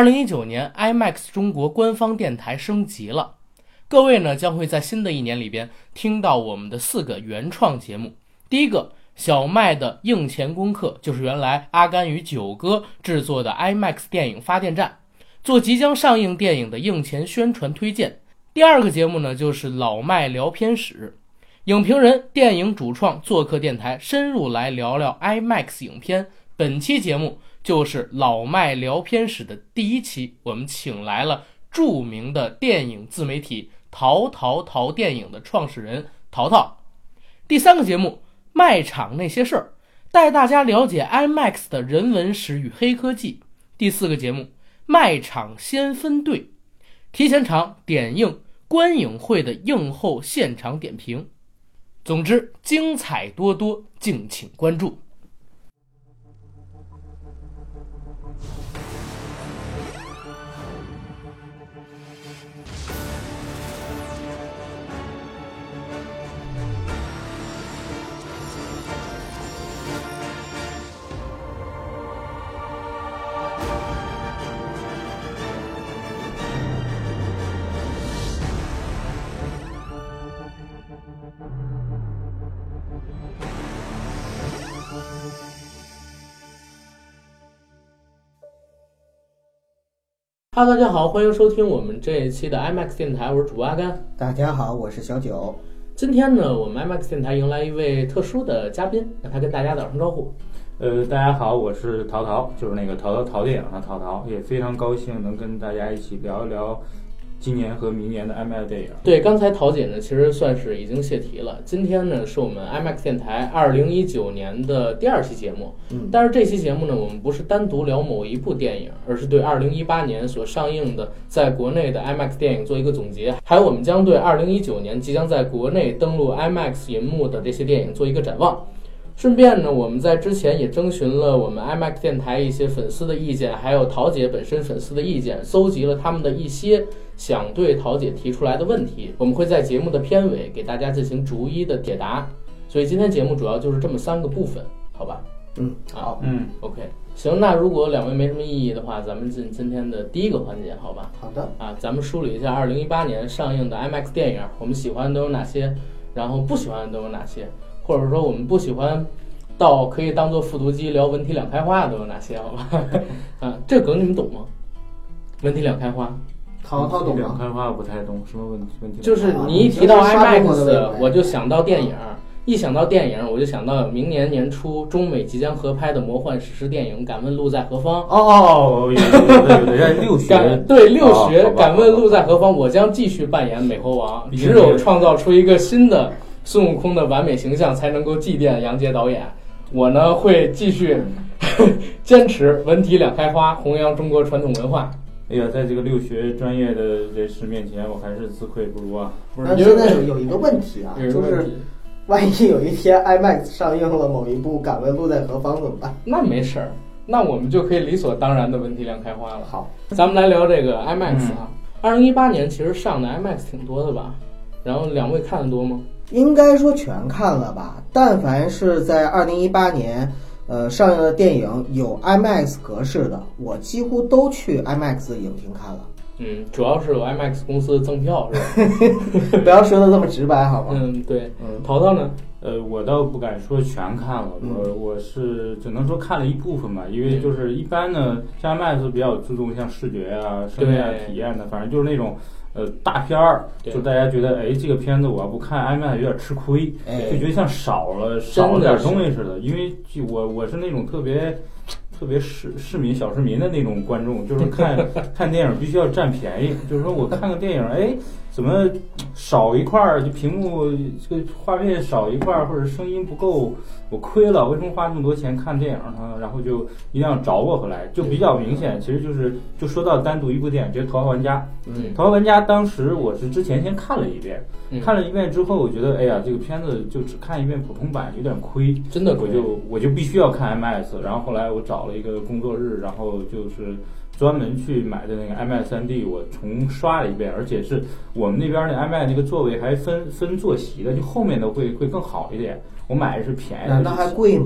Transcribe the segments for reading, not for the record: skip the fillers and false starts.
2019年 IMAX 中国官方电台升级了，各位呢将会在新的一年里边听到我们的4个原创节目。第一个，小麦的映前功课，就是原来阿甘与九哥制作的 IMAX 电影发电站，做即将上映电影的映前宣传推荐。第二个节目呢，就是老麦聊片史，影评人、电影主创做客电台，深入来聊聊 IMAX 影片。本期节目就是老麦聊片史的第1期，我们请来了著名的电影自媒体淘电影的创始人淘淘。第3个节目，卖场那些事儿，带大家了解 IMAX 的人文史与黑科技。第4个节目，卖场先分队，提前场、点映、观影会的映后现场点评。总之，精彩多多，敬请关注。Hello， 大家好，欢迎收听我们这一期的 IMAX 电台，我是主播阿甘。 大家好，我是小九。 今天呢，我们 IMAX 电台迎来一位特殊的嘉宾，让他跟大家打声招呼。 大家好，我是淘淘，就是那个淘电影的淘淘，也非常高兴能跟大家一起聊一聊今年和明年的 IMAX 电影。 对，刚才陶姐呢，其实算是已经泄题了。今天呢，是我们 IMAX 电台2019年的第2期节目。但是这期节目呢，我们不是单独聊某一部电影，而是对2018年所上映的在国内的 IMAX 电影做一个总结，还有我们将对2019年即将在国内登陆 IMAX 银幕的这些电影做一个展望。顺便呢，我们在之前也征询了我们 IMAX 电台一些粉丝的意见，还有陶姐本身粉丝的意见，搜集了他们的一些想对陶姐提出来的问题，我们会在节目的片尾给大家进行逐一的解答。所以今天节目主要就是这么3个部分，好吧？ 好 ，OK， 行，那如果2位没什么异议的话，咱们进今天的第1个环节，好吧？ 好的。 咱们梳理一下2018年上映的 IMAX 电影，我们喜欢的都有哪些，然后不喜欢的都有哪些，或者说我们不喜欢到可以当做复读机聊文体两开花的都有哪些，好吧？这个梗你们懂吗？文体两开花。 淘懂吗？ 两开花不太懂，什么问题？ 就是你一提到 IMAX， 我就想到电影，一想到电影，我就想到明年年初中美即将合拍的魔幻史诗电影《敢问路在何方》。 有六学， 对，六学，敢问路在何方？我将继续扮演美猴王，只有创造出一个新的孙悟空的完美形象，才能够祭奠杨洁导演。我呢会继续坚持文体两开花，弘扬中国传统文化。 哎呀，在这个六学专业的人士面前，我还是自愧不如啊！ 但现在有一个问题啊，就是万一有一天 IMAX 上映了某一部《敢问路在何方》怎么办？ 那没事儿，那我们就可以理所当然的文体两开花了。 好， 咱们来聊这个 IMAX 啊。2018年其实上的 IMAX 挺多的吧？然后2位看得多吗？ 应该说全看了吧。但凡是在2018年上映的电影有 IMAX 格式的，我几乎都去 IMAX 影厅看了。 主要是有 IMAX 公司赠票是吧？ 不要说的这么直白好吗？ 对。淘淘呢？ 我倒不敢说全看了，我是只能说看了一部分吧，因为就是一般呢，像 IMAX 比较注重像视觉啊、声音啊、体验的，反正就是那种大片儿，就大家觉得这个片子我要不看 IMAX 有点吃亏，就觉得像少了点东西似的。因为我是那种特别小市民的那种观众，就是看电影必须要占便宜，就是说我看个电影，怎么少一块，就屏幕这个画面少一块，或者声音不够，我亏了，为什么花这么多钱看电影呢？然后就一定要找我回来，就比较明显。其实就说到单独一部电影，就是《头号玩家》。头号玩家当时我是之前先看了一遍，看了一遍之后，我觉得这个片子就只看一遍普通版有点亏， 真的亏。 我就必须要看 IMAX， 然后后来我找了一个工作日，然后就是专门去买的那个 IMAX 3D， 我重刷了一遍，而且是我们那边的 IMAX 那个座位还分坐席的，就后面的会更好一点。我买的是便宜的。 那还贵吗？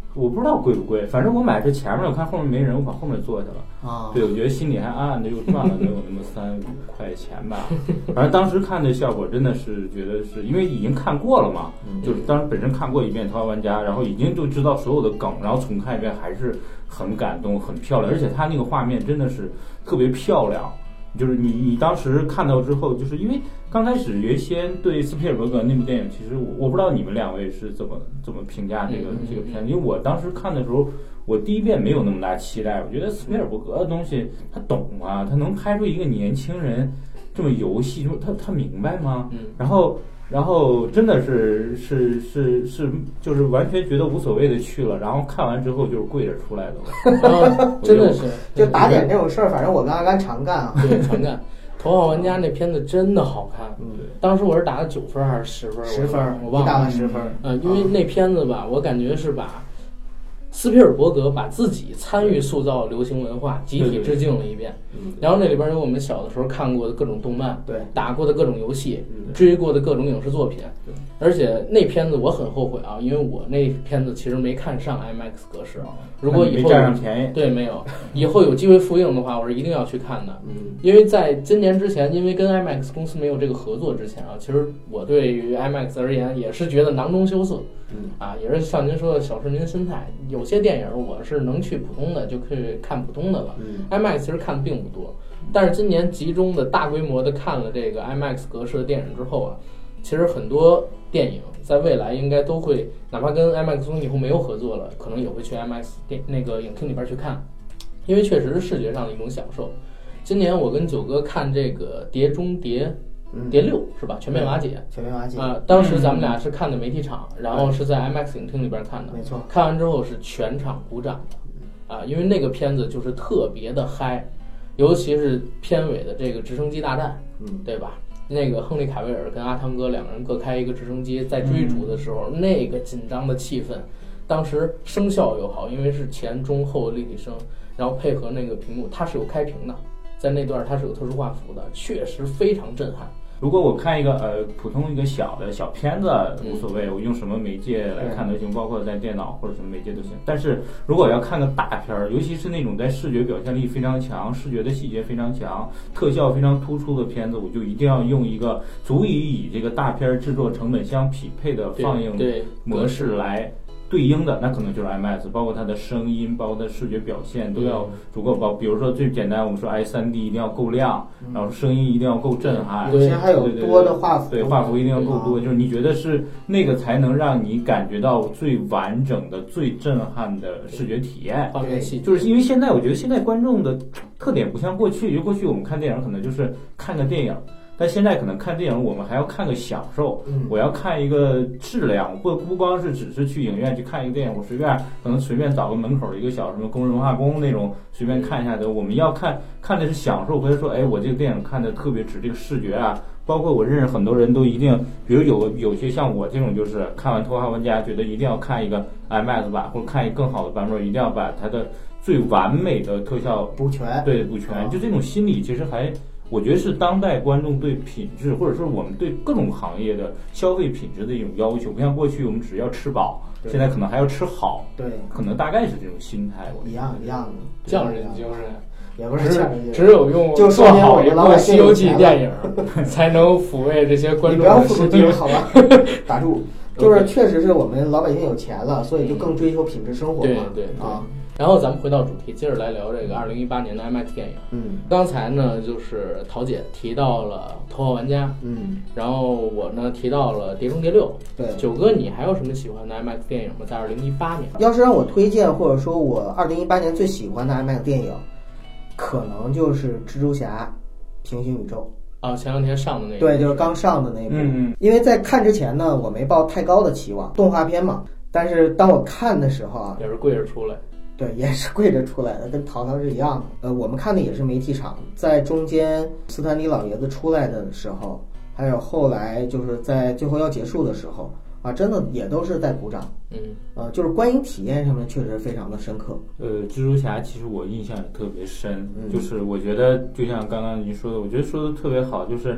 我不知道贵不贵，反正我买是前面，我看后面没人，我往后面坐去了。 啊， 对，我觉得心里还暗暗的又赚了能有那么3-5块钱吧。反正当时看的效果真的是觉得是因为已经看过了嘛，就是当时本身看过一遍《头号玩家》，然后已经就知道所有的梗，然后重看一遍还是很感动，很漂亮，而且它那个画面真的是特别漂亮。就是你当时看到之后，就是因为刚开始原先对斯皮尔伯格那部电影，其实我不知道你们2位是怎么评价这个片子，因为我当时看的时候，我第一遍没有那么大期待，我觉得斯皮尔伯格的东西他懂啊，他能拍出一个年轻人这么游戏，就是他明白吗？然后真的是就是完全觉得无所谓的去了，然后看完之后就是跪着出来的。 真的是就打点这种事儿，反正我跟阿甘常干啊。 对，常干。头号玩家那片子真的好看，当时我是打了9分还是10分 ？10分， 我忘了。 打了10分。 因为那片子吧，我感觉是把斯皮尔伯格把自己参与塑造流行文化集体致敬了一遍。然后那里边有我们小的时候看过的各种动漫， 对， 打过的各种游戏，追过的各种影视作品。而且那片子我很后悔啊，因为我那片子其实没看上 IMAX 格式。如果以后占上便宜， 对，没有，以后有机会复映的话，我是一定要去看的。因为在今年之前，因为跟 IMAX 公司没有这个合作之前啊，其实我对于 IMAX 而言也是觉得囊中羞涩。也是像您说的小市民心态，有些电影我是能去普通的就可以看普通的了。IMAX 其实看的并不多，但是今年集中的大规模的看了这个 IMAX 格式的电影之后啊，其实很多电影在未来应该都会，哪怕跟 IMAX 公司以后没有合作了，可能也会去 IMAX 那个影厅里边去看，因为确实是视觉上的一种享受。今年我跟九哥看这个《碟中谍》。碟6是吧？全面瓦解。 全面瓦解当时咱们俩是看的媒体场，然后是在 IMAX 影厅里边看的。 没错。 看完之后是全场鼓掌的，因为那个片子就是特别的嗨，尤其是片尾的这个直升机大战，对吧？那个亨利·凯维尔跟阿汤哥2个人各开一个直升机，在追逐的时候，那个紧张的气氛，当时声效又好，因为是前中后立体声，然后配合那个屏幕，它是有开屏的。在那段它是有特殊画幅的，确实非常震撼。 如果我看一个普通一个小片子无所谓，我用什么媒介来看都行，包括在电脑或者什么媒介都行。但是如果要看个大片儿，尤其是那种在视觉表现力非常强、视觉的细节非常强、特效非常突出的片子，我就一定要用一个足以这个大片制作成本相匹配的放映模式来对应的，那可能就是 IMAX， 包括它的声音，包括它的视觉表现都要足够高。比如说最简单，我们说3D 一定要够亮，然后声音一定要够震撼， 有些还有多的画幅， 对，画幅一定要够多，就是你觉得是那个才能让你感觉到最完整的、最震撼的视觉体验。就是因为现在我觉得现在观众的特点不像过去，因为过去我们看电影可能就是看个电影。但现在可能看电影，我们还要看个享受。我要看一个质量，不光是只是去影院去看一个电影，我可能随便找个门口一个小什么工人文化宫那种随便看一下的。我们要看的是享受，或者说，我这个电影看的特别值，这个视觉啊，包括我认识很多人都一定，比如有些像我这种，就是看完《头号玩家》觉得一定要看一个 IMAX 版，或者看一个更好的版本，一定要把它的最完美的特效补全。 对，补全，就这种心理其实我觉得是当代观众对品质，或者说我们对各种行业的消费品质的一种要求。不像过去我们只要吃饱，现在可能还要吃好。 对， 可能大概是这种心态。 一样的， 匠人精神， 也不是匠人精神， 只有用就做好一部《西游记》电影，才能抚慰这些观众的心灵。 好吧，打住。就是确实是我们老百姓有钱了，所以就更追求品质生活嘛。 对啊。然后咱们回到主题，接着来聊这个2018年的 IMAX 电影。刚才呢就是桃姐提到了《头号玩家》，然后我呢提到了《碟中谍6》。 对， 九哥，你还有什么喜欢的 IMAX 电影吗？在2018年， 要是让我推荐，或者说我2018年最喜欢的 IMAX 电影，可能就是《蜘蛛侠：平行宇宙》。 前两天上的那个， 对，就是刚上的那部。因为在看之前呢，我没抱太高的期望，动画片嘛。但是当我看的时候啊， 也是跪着出来。 对，也是跪着出来的，跟淘淘是一样的。我们看的也是媒体场，在中间斯坦尼老爷子出来的时候，还有后来就是在最后要结束的时候啊，真的也都是在鼓掌。就是观影体验上面确实非常的深刻。 蜘蛛侠其实我印象也特别深，就是我觉得就像刚刚您说的，我觉得说的特别好，就是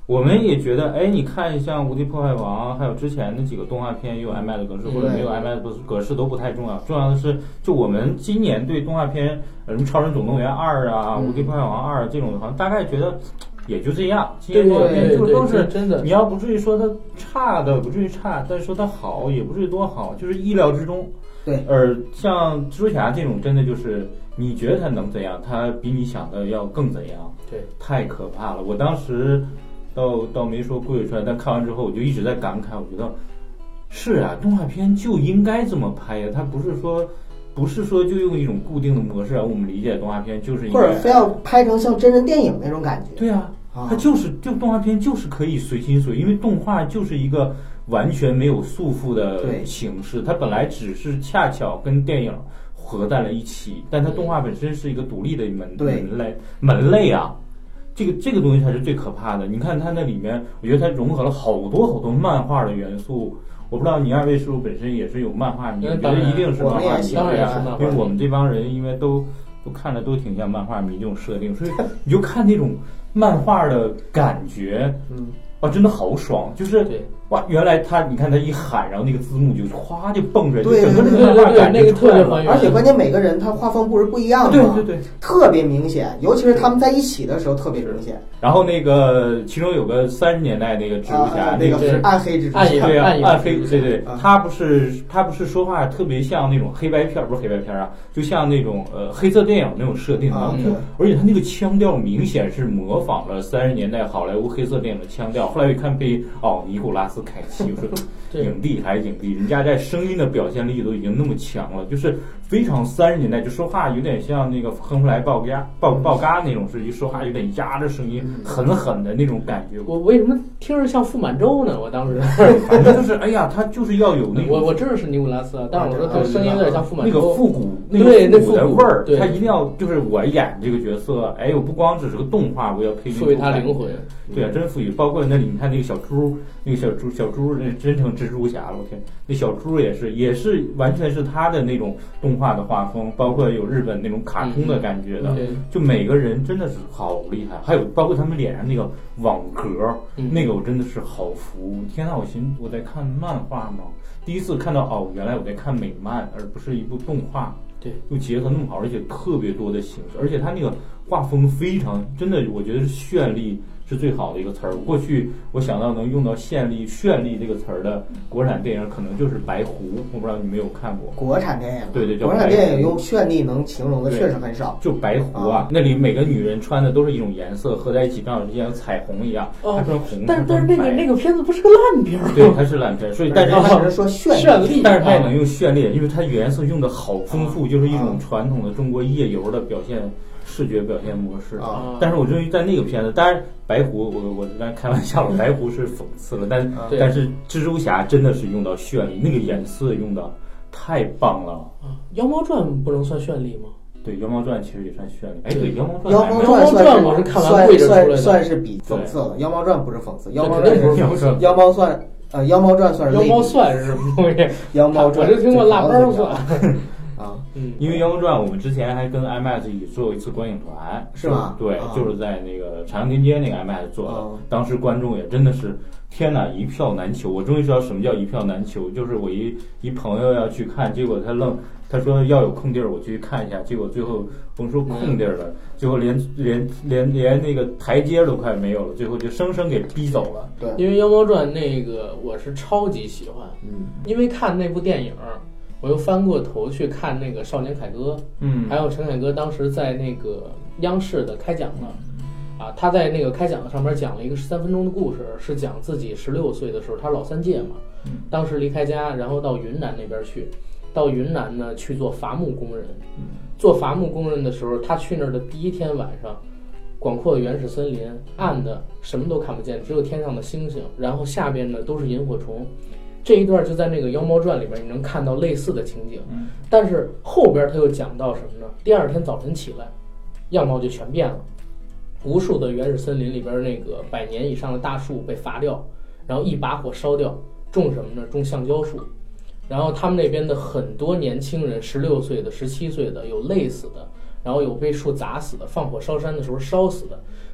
我们也觉得，哎，你看像《无敌破坏王》，还有之前的几个动画片，有 IMAX 格式或者没有 IMAX 格式都不太重要，重要的是，就我们今年对动画片，什么《超人总动员2》啊，《无敌破坏王2》这种，好像大概觉得也就这样。今年动画片就都是真的， 你要不至于说它差的，不至于差，但是说它好也不至于多好，就是意料之中。 对， 像蜘蛛侠这种，真的就是你觉得它能怎样，它比你想的要更怎样。 对， 太可怕了。我当时倒没说跪出来，但看完之后我就一直在感慨，我觉得是啊，动画片就应该这么拍呀，它不是说就用一种固定的模式啊，我们理解动画片就是应该， 或者非要拍成像真人电影那种感觉。 对啊，它就动画片就是可以随心所欲，因为动画就是一个完全没有束缚的形式，它本来只是恰巧跟电影合在了一起，但它动画本身是一个独立的门类啊。这个东西才是最可怕的。你看它那里面，我觉得它融合了好多漫画的元素。我不知道你二位是不是本身也是有漫画迷？我觉得一定是漫画迷，因为我们这帮人因为都看着都挺像漫画迷这种设定，所以你就看那种漫画的感觉，真的好爽，就是哇，原来你看他一喊，然后那个字幕就哗就蹦出来， 对， 整个漫画感那个特别还原， 而且关键每个人他画风不是不一样的，对， 特别明显，尤其是他们在一起的时候特别明显。 然后那个其中有个30年代那个蜘蛛侠， 那个是暗黑蜘蛛侠， 对啊，暗黑，对，他不是说话特别像那种黑白片，不是黑白片啊，就像那种黑色电影那种设定啊，而且他那个腔调明显是模仿了30年代好莱坞黑色电影的腔调。后来一看被尼古拉斯凯奇，我说影帝还是影帝，人家在声音的表现力都已经那么强了，就是非常30年代，就说话有点像那个亨弗莱鲍嘎那种，是一说话有点压着声音，狠的那种感觉。 我为什么听着像傅满洲呢？我当时反正就是哎呀，他就是要有那种我知道是尼古拉斯，但是我说他声音有点像傅满洲， 那个复古的味儿，他一定要就是我演这个角色，哎，我不光只是个动画，我要配赋予他灵魂。 对啊，真赋予。包括那里你看那个小猪，那真成蜘蛛侠了，我天，那小猪也是完全是他的那种动画的画风，包括有日本那种卡通的感觉的，就每个人真的是好厉害。还有包括他们脸上那个网格，那个我真的是好服。天哪，我在看漫画吗？第一次看到原来我在看美漫，而不是一部动画。 对， 又结合那么好，而且特别多的形式，而且它那个画风非常真的，我觉得是绚丽是最好的一个词儿。过去我想到能用到绚丽这个词儿的国产电影，可能就是白狐，我不知道你没有看过国产电影。 对， 国产电影用绚丽能形容的确实很少。 就白狐啊，那里每个女人穿的都是一种颜色，合在一起正好就像彩虹一样。它穿红， 但是那个片子不是个烂片儿。 对，它是烂片，所以但是它只是说绚丽， 但是它也能用绚丽，因为它颜色用的好丰富，就是一种传统的中国夜游的表现。视觉表现模式但是我终于在那个片子，当然白狐我刚才开玩笑了，白狐是讽刺了，但是蜘蛛侠真的是用到绚丽，那个颜色用的太棒了。 妖猫传不能算绚丽吗？ 对，妖猫传其实也算绚丽。哎，对，妖猫传我是看完跪着出来的， 算是比讽刺了。妖猫传不是讽刺，妖猫传是妖猫算妖猫传算是妖猫算是什么东西？ 妖猫传我就听过腊八蒜。 因为《妖猫传》我们之前还跟 IMAX 一起做过一次观影团， 是吗？ 对，就是在那个长阳天街那个 IMAX 做的，当时观众也真的是天哪，一票难求。我终于知道什么叫一票难求，就是我一朋友要去看，结果他说要有空地儿我去看一下，结果最后甭说空地儿了，最后连那个台阶都快没有了，最后就生生给逼走了。 对， 因为《妖猫传》那个我是超级喜欢，因为看那部电影。我又翻过头去看那个《少年凯歌》，还有陈凯歌当时在那个央视的开讲了，他在那个开讲的上面讲了一个13分钟的故事，是讲自己16岁的时候，他老三届嘛，当时离开家，然后到云南那边去，到云南呢去做伐木工人，做伐木工人的时候，他去那儿的第一天晚上，广阔的原始森林，暗的什么都看不见，只有天上的星星，然后下边呢都是萤火虫。这一段就在那个《妖猫传》里面，你能看到类似的情景，但是后边他又讲到什么呢？第二天早晨起来，样貌就全变了，无数的原始森林里边那个100年以上的大树被伐掉，然后一把火烧掉，种什么呢？种橡胶树。然后他们那边的很多年轻人，16岁的、17岁的，有累死的，然后有被树砸死的，放火烧山的时候烧死的，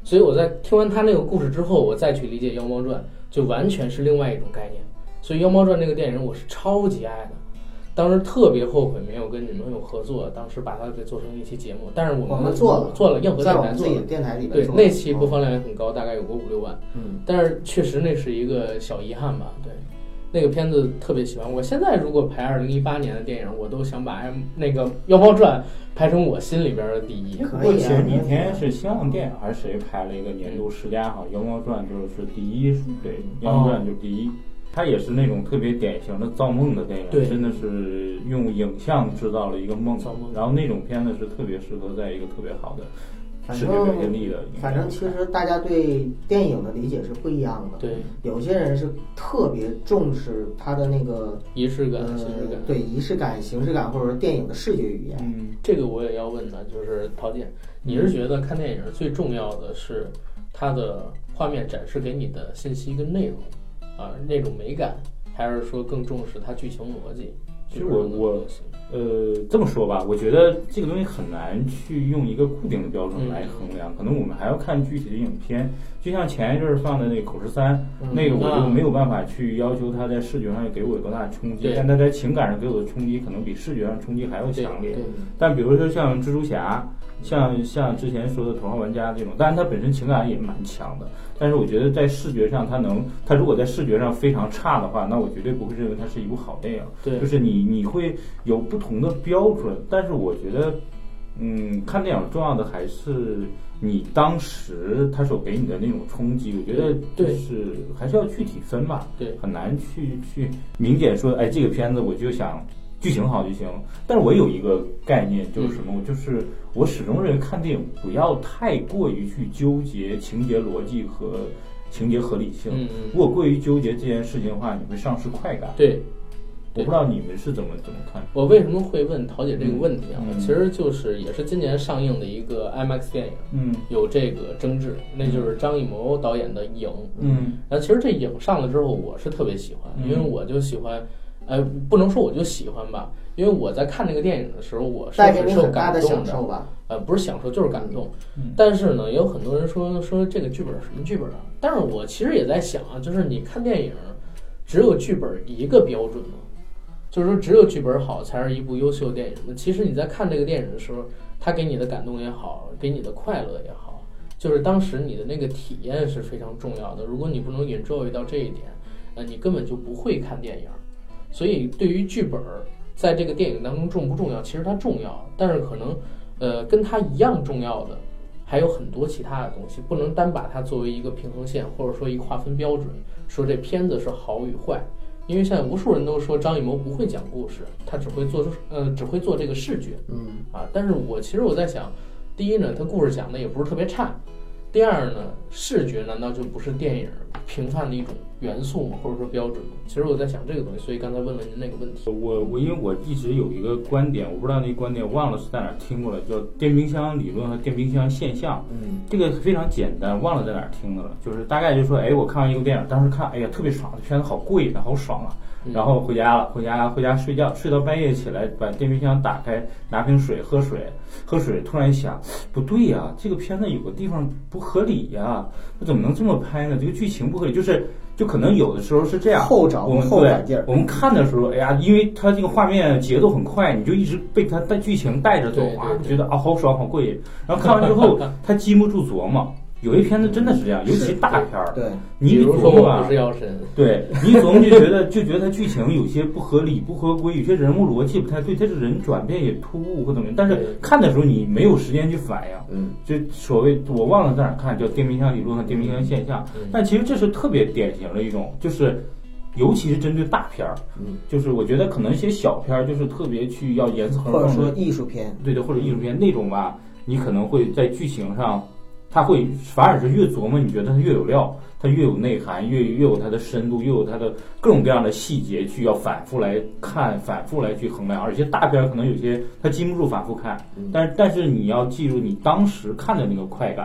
所以我在听完他那个故事之后，我再去理解《妖猫传》，就完全是另外一种概念。所以《妖猫传》这个电影我是超级爱的，当时特别后悔没有跟你们有合作，当时把它给做成一期节目。但是我们做了，硬核电台做了， 电台里边对那期播放量也很高，大概有个5-6万。但是确实那是一个小遗憾吧。对，那个片子特别喜欢。我现在如果排2018年的电影，我都想把那个《妖猫传》排成我心里边的第一。 不过前几天是新浪电影还是谁排了一个年度10佳哈，《妖猫传》就是第一，对，《妖猫传》就是第一。它也是那种特别典型的造梦的电影，真的是用影像制造了一个梦，然后那种片子是特别适合在一个特别好的视觉表现力的。 反正其实大家对电影的理解是不一样的。 对， 有些人是特别重视它的那个仪式感、形式感。 对，仪式感、形式感，或者是电影的视觉语言。 这个我也要问呢，就是陶姐，你是觉得看电影最重要的是它的画面展示给你的信息跟内容？那种美感，还是说更重视它剧情逻辑？ 其实我这么说吧，我觉得这个东西很难去用一个固定的标准来衡量，可能我们还要看具体的影片。就像前一阵放的那个《口吃3》，那个我就没有办法去要求它在视觉上给我有多大的冲击，但它在情感上给我的冲击可能比视觉上冲击还要强烈。但比如说像蜘蛛侠，像之前说的《头号玩家》这种，当然它本身情感也蛮强的，但是我觉得在视觉上它如果在视觉上非常差的话，那我绝对不会认为它是一部好电影。 对， 就是你会有不同的标准，但是我觉得看电影重要的还是你当时它所给你的那种冲击。我觉得就是还是要具体分吧， 对， 很难去明显说，哎，这个片子我就想剧情好就行。但是我有一个概念，就是什么？就是我始终认为看电影不要太过于去纠结情节逻辑和情节合理性。如果过于纠结这件事情的话，你会丧失快感。 对。 我不知道你们是怎么看。 我为什么会问陶姐这个问题啊？其实就是也是今年上映的一个 IMAX 电影，有这个争执，那就是张艺谋导演的《影》。然后其实这《影》上了之后，我是特别喜欢，因为我就喜欢，不能说我就喜欢吧，因为我在看这个电影的时候，我是很受感动的。 享受吧？ 不是享受，就是感动。但是呢，也有很多人说这个剧本什么剧本啊？但是我其实也在想啊，就是你看电影，只有剧本一个标准吗？就是说，只有剧本好才是一部优秀电影。其实你在看这个电影的时候，它给你的感动也好，给你的快乐也好，就是当时你的那个体验是非常重要的。如果你不能 enjoy 到这一点，你根本就不会看电影。所以，对于剧本在这个电影当中重不重要，其实它重要，但是可能跟它一样重要的还有很多其他的东西，不能单把它作为一个平衡线，或者说一个划分标准，说这片子是好与坏。因为现在无数人都说张艺谋不会讲故事，他只会做这个视觉，但是其实我在想，第一呢，他故事讲的也不是特别差，第二呢，视觉难道就不是电影评判的一种元素吗？或者说标准吗？其实我在想这个东西，所以刚才问了您那个问题。 因为我一直有一个观点，我不知道那个观点忘了是在哪儿听过了，叫电冰箱理论和电冰箱现象。这个非常简单，忘了在哪儿听的了。就是大概就说，哎，我看完一个电影，当时看，哎呀，特别爽，这片子好贵啊，好爽啊。然后回家睡觉，睡到半夜起来，把电冰箱打开，拿瓶水喝水，突然想，不对呀，这个片子有个地方不合理呀，我怎么能这么拍呢？这个剧情不合理，就可能有的时候是这样，我们看的时候，哎呀，因为它这个画面节奏很快，你就一直被它的剧情带着走啊，觉得啊好爽好过瘾。然后看完之后，他禁不住琢磨。有一片子真的是这样，尤其大片儿， 对， 你一琢磨吧， 不是药神， 对，你一琢磨就觉得它剧情有些不合理、不合规，有些人物逻辑不太对，它是人转变也突兀或怎么样。但是看的时候你没有时间去反应，就所谓我忘了在哪儿看，叫电冰箱理论和电冰箱现象。但其实这是特别典型的一种，就是尤其是针对大片儿，就是我觉得可能一些小片儿就是特别去要严丝合缝的， 或者说艺术片， 对的，或者艺术片那种吧，你可能会在剧情上。他会反而是越琢磨，你觉得他越有料，他越有内涵，越有它的深度，越有它的各种各样的细节，去要反复来看，反复来去衡量。而且大片可能有些他禁不住反复看，但是你要记住你当时看的那个快感，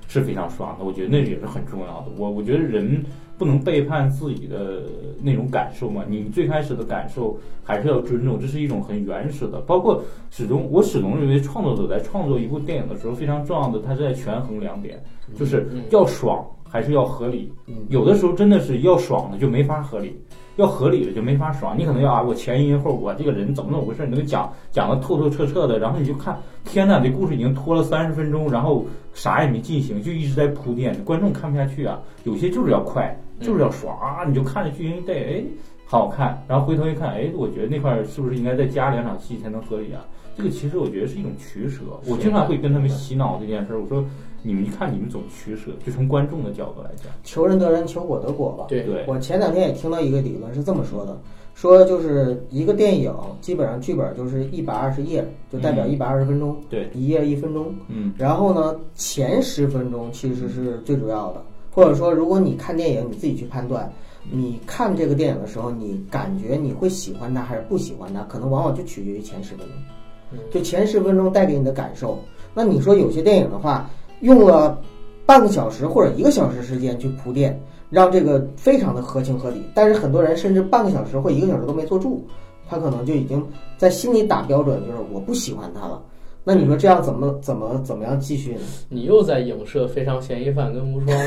是非常爽的。我觉得那也是很重要的。我觉得人不能背叛自己的那种感受嘛，你最开始的感受还是要尊重，这是一种很原始的。包括我始终认为创作者在创作一部电影的时候非常重要的，他是在权衡两点，就是要爽还是要合理。有的时候真的是要爽的就没法合理，要合理的就没法爽。你可能要我前因后果，这个人怎么回事，你能讲的透透彻彻的，然后你就看，天哪，这故事已经拖了30分钟，然后啥也没进行，就一直在铺垫，观众看不下去啊。有些就是要快，就是要爽啊，你就看着剧情对，好看，然后回头一看，我觉得那块是不是应该再加2场戏才能合理啊？这个其实我觉得是一种取舍。我经常会跟他们洗脑这件事，我说你们一看，你们总取舍，就从观众的角度来讲， 求人得人，求果得果吧。 对， 我前2天也听到一个理论是这么说的，说就是一个电影基本上剧本就是120页，就代表120分钟， 对， 一页1分钟，然后呢，前10分钟其实是最主要的，或者说如果你看电影，你自己去判断。你看这个电影的时候，你感觉你会喜欢它还是不喜欢它，可能往往就取决于前10分钟，就前10分钟带给你的感受。那你说有些电影的话，用了半个小时或者1个小时时间去铺垫，让这个非常的合情合理，但是很多人甚至半个小时或1个小时都没坐住，他可能就已经在心里打标准，就是我不喜欢它了。那你说这样怎么样继续呢？ 你又在影射非常嫌疑犯跟无双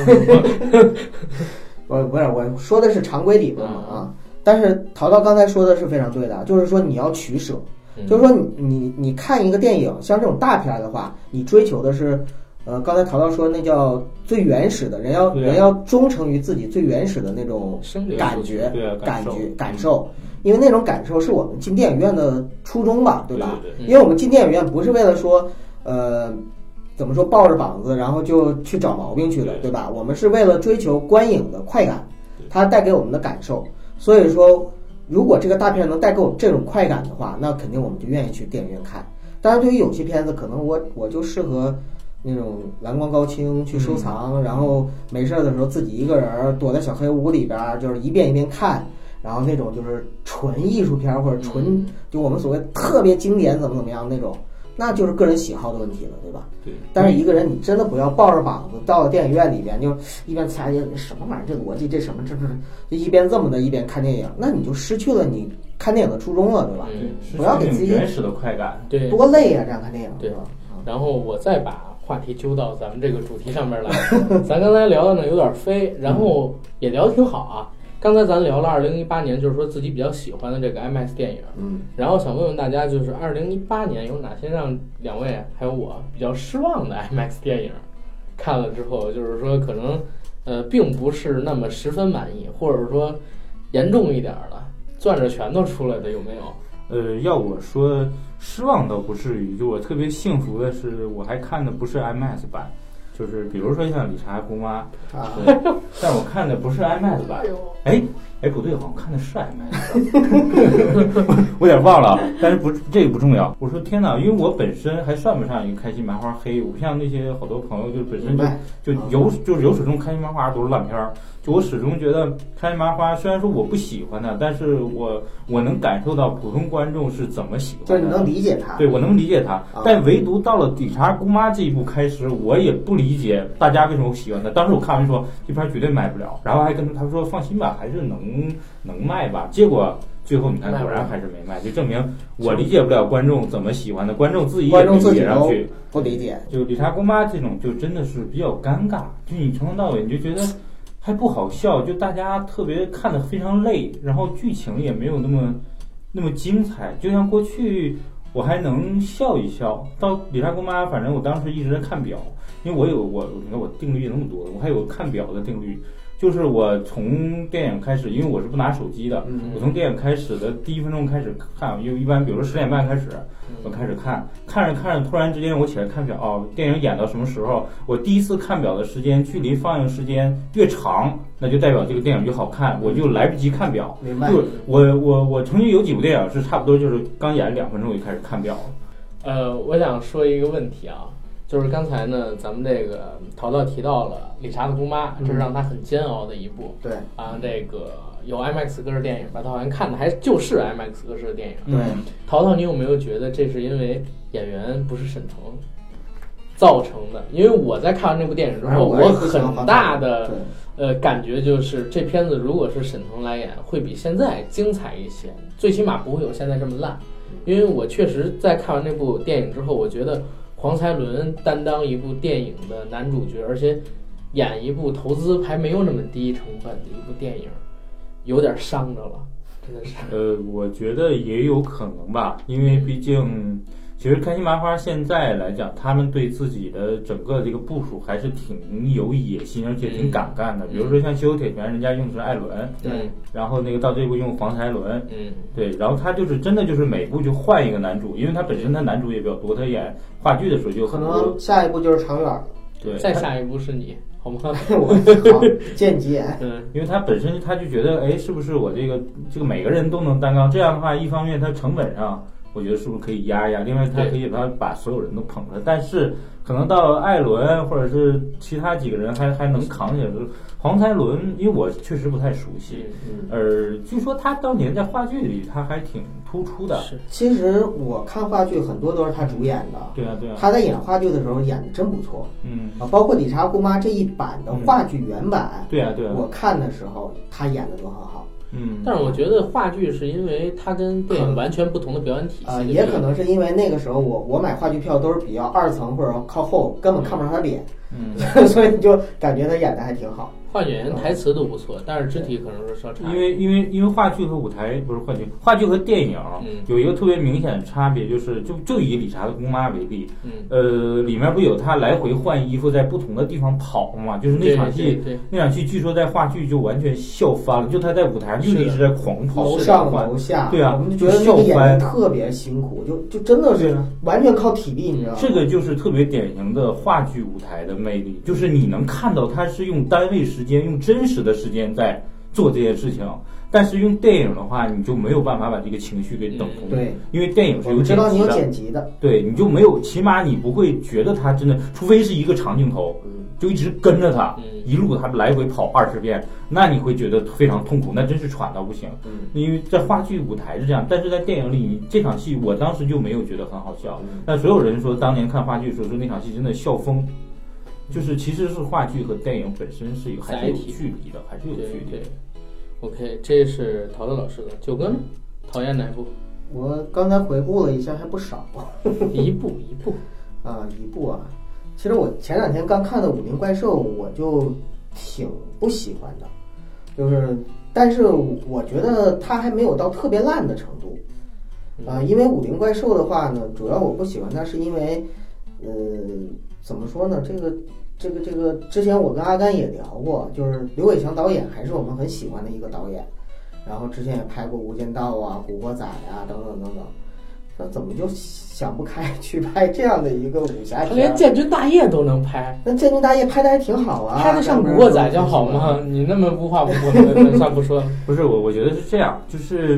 不是，我说的是常规理论嘛啊。但是淘淘刚才说的是非常对的，就是说你要取舍，就是说你看一个电影，像这种大片的话，你追求的是，刚才淘淘说那叫最原始的，人要忠诚于自己最原始的那种感觉、感受，因为那种感受是我们进电影院的初衷吧，对吧？ 对， 因为我们进电影院不是为了说，怎么说抱着膀子然后就去找毛病去了，对吧？我们是为了追求观影的快感，它带给我们的感受。所以说，如果这个大片能带给我们这种快感的话，那肯定我们就愿意去电影院看。当然，对于有些片子，可能我就适合那种蓝光高清去收藏，然后没事的时候自己一个人躲在小黑屋里边，就是一遍一遍看。然后那种就是纯艺术片或者纯就我们所谓特别经典怎么样那种。那就是个人喜好的问题了，对吧？ 对。 但是一个人你真的不要抱着膀子到了电影院里边，就一边掐着什么玩意儿，这逻辑这什么这就一边这么的一边看电影，那你就失去了你看电影的初衷了，对吧？不要给自己原始的快感， 对， 多累啊！这样看电影， 对吧？然后我再把话题揪到咱们这个主题上面来，咱刚才聊的呢有点飞，然后也聊得挺好啊。刚才咱聊了2018年，就是说自己比较喜欢的这个 IMAX 电影，然后想问问大家，就是2018年有哪些让2位还有我比较失望的 IMAX 电影？看了之后，就是说可能并不是那么十分满意，或者说严重一点的，攥着拳头出来的有没有？ 要我说失望倒不至于，就我特别幸福的是，我还看的不是 IMAX 版。就是比如说像理查姑妈啊，但我看的不是 IMAX 版，不对，好像看的是 IMAX， 我有点忘了，但是这个不重要。我说天哪，因为我本身还算不上一个开心麻花黑，我不像那些好多朋友就本身就有始终开心麻花都是烂片儿。就我始终觉得开心麻花虽然说我不喜欢它，但是我能感受到普通观众是怎么喜欢的， 就是你能理解它。 对，我能理解它，但唯独到了理查姑妈这一步开始，我也不理解大家为什么喜欢它。当时我看完说这片绝对卖不了，然后还跟他说放心吧，还是能卖吧。结果最后你看果然还是没卖，就证明我理解不了观众怎么喜欢的，观众自己也没理解上去， 不理解。 就理查姑妈这种就真的是比较尴尬，就你从头到尾你就觉得还不好笑，就大家特别看得非常累，然后剧情也没有那么精彩。就像过去我还能笑一笑，到理查姑妈，反正我当时一直在看表，因为我定律那么多，我还有看表的定律。就是我从电影开始，因为我是不拿手机的，我从电影开始的第1分钟开始看，因为一般比如说10点半开始，我开始看着，突然之间我起来看表，电影演到什么时候，我第一次看表的时间距离放映时间越长，那就代表这个电影越好看，我就来不及看表。 明白。 就我曾经有几部电影是差不多就是刚演2分钟我就开始看表了。我想说一个问题啊。就是刚才呢，咱们这个淘淘提到了理查的姑妈，这是让他很煎熬的一部。 对啊，这个有 IMAX 格式电影吧，他好像看的还就是 IMAX 格式的电影。 对， 淘淘，你有没有觉得这是因为演员不是沈腾？ 造成的。因为我在看完这部电影之后，我很大的感觉就是这片子如果是沈腾来演，会比现在精彩一些，最起码不会有现在这么烂。因为我确实在看完这部电影之后，我觉得黄才伦担当一部电影的男主角，而且演一部投资还没有那么低成本的一部电影，有点伤着了，真的是。 我觉得也有可能吧，因为毕竟其实开心麻花现在来讲，他们对自己的整个这个部署还是挺有野心，而且挺敢干的。比如说像《西游铁拳》，人家用的是艾伦， 对， 然后那个到这部用黄才伦，对，然后他就是真的就是每部就换一个男主，因为他本身他男主也比较多，他演话剧的时候就可能下一部就是长远， 对， 再下一部是你。好吗？ 我好间接， 因为他本身他就觉得，哎，是不是我这个每个人都能担纲？这样的话，一方面他成本上，我觉得是不是可以压一压？另外，他可以把所有人都捧出来。但是可能到艾伦或者是其他几个人还能扛起来。黄才伦，因为我确实不太熟悉，据说他当年在话剧里他还挺突出的。 是，其实我看话剧很多都是他主演的。 对啊，对啊。 他在演话剧的时候演的真不错。包括《理查姑妈》这一版的话剧原版。 对啊，对啊。 我看的时候，他演的都很好。 但是我觉得话剧是因为它跟电影完全不同的表演体系。 也可能是因为那个时候我买话剧票都是比较二层或者靠后，根本看不上他脸。所以你就感觉他演的还挺好。 话剧演员台词都不错，但是肢体可能是稍差。 因为话剧和舞台不是话剧和电影有一个特别明显的差别，就是就以理查的姑妈为例，里面不有他来回换衣服在不同的地方跑嘛？就是那场戏据说在话剧就完全笑翻了，就他在舞台上就一直在狂跑， 楼上楼下， 对啊， 我们就觉得这个演员特别辛苦，就真的是完全靠体力，你知道吗？ 这个就是特别典型的话剧舞台的魅力，就是你能看到他是用单位时间、用真实的时间在做这些事情，但是用电影的话，你就没有办法把这个情绪给等同。 对， 因为电影是有知道你有剪辑的， 对，你就没有，起码你不会觉得他真的，除非是一个长镜头，就一直跟着他，一路他来回跑20遍，那你会觉得非常痛苦，那真是喘到不行。因为在话剧舞台是这样，但是在电影里，这场戏我当时就没有觉得很好笑。但所有人说当年看话剧的时候说那场戏真的笑疯。就是其实是话剧和电影本身还是有距离的，还是有距离。 对 ，OK， 这是陶乐老师的。九哥呢？讨厌哪部？ 我刚才回顾了一下，还不少。 一部啊。其实我前2天刚看的《武林怪兽》，我就挺不喜欢的，但是我觉得它还没有到特别烂的程度。因为《武林怪兽》的话呢，主要我不喜欢它是因为，怎么说呢？这个之前我跟阿甘也聊过，就是刘伟强导演还是我们很喜欢的一个导演，然后之前也拍过《无间道》啊、《古惑仔》啊等等等等，他怎么就想不开去拍这样的一个武侠片？ 他连建军大业都能拍， 那建军大业拍的还挺好啊， 拍得上《古惑仔》就好吗？你那么无话不说，那算不说了。 不是我觉得是这样，就是。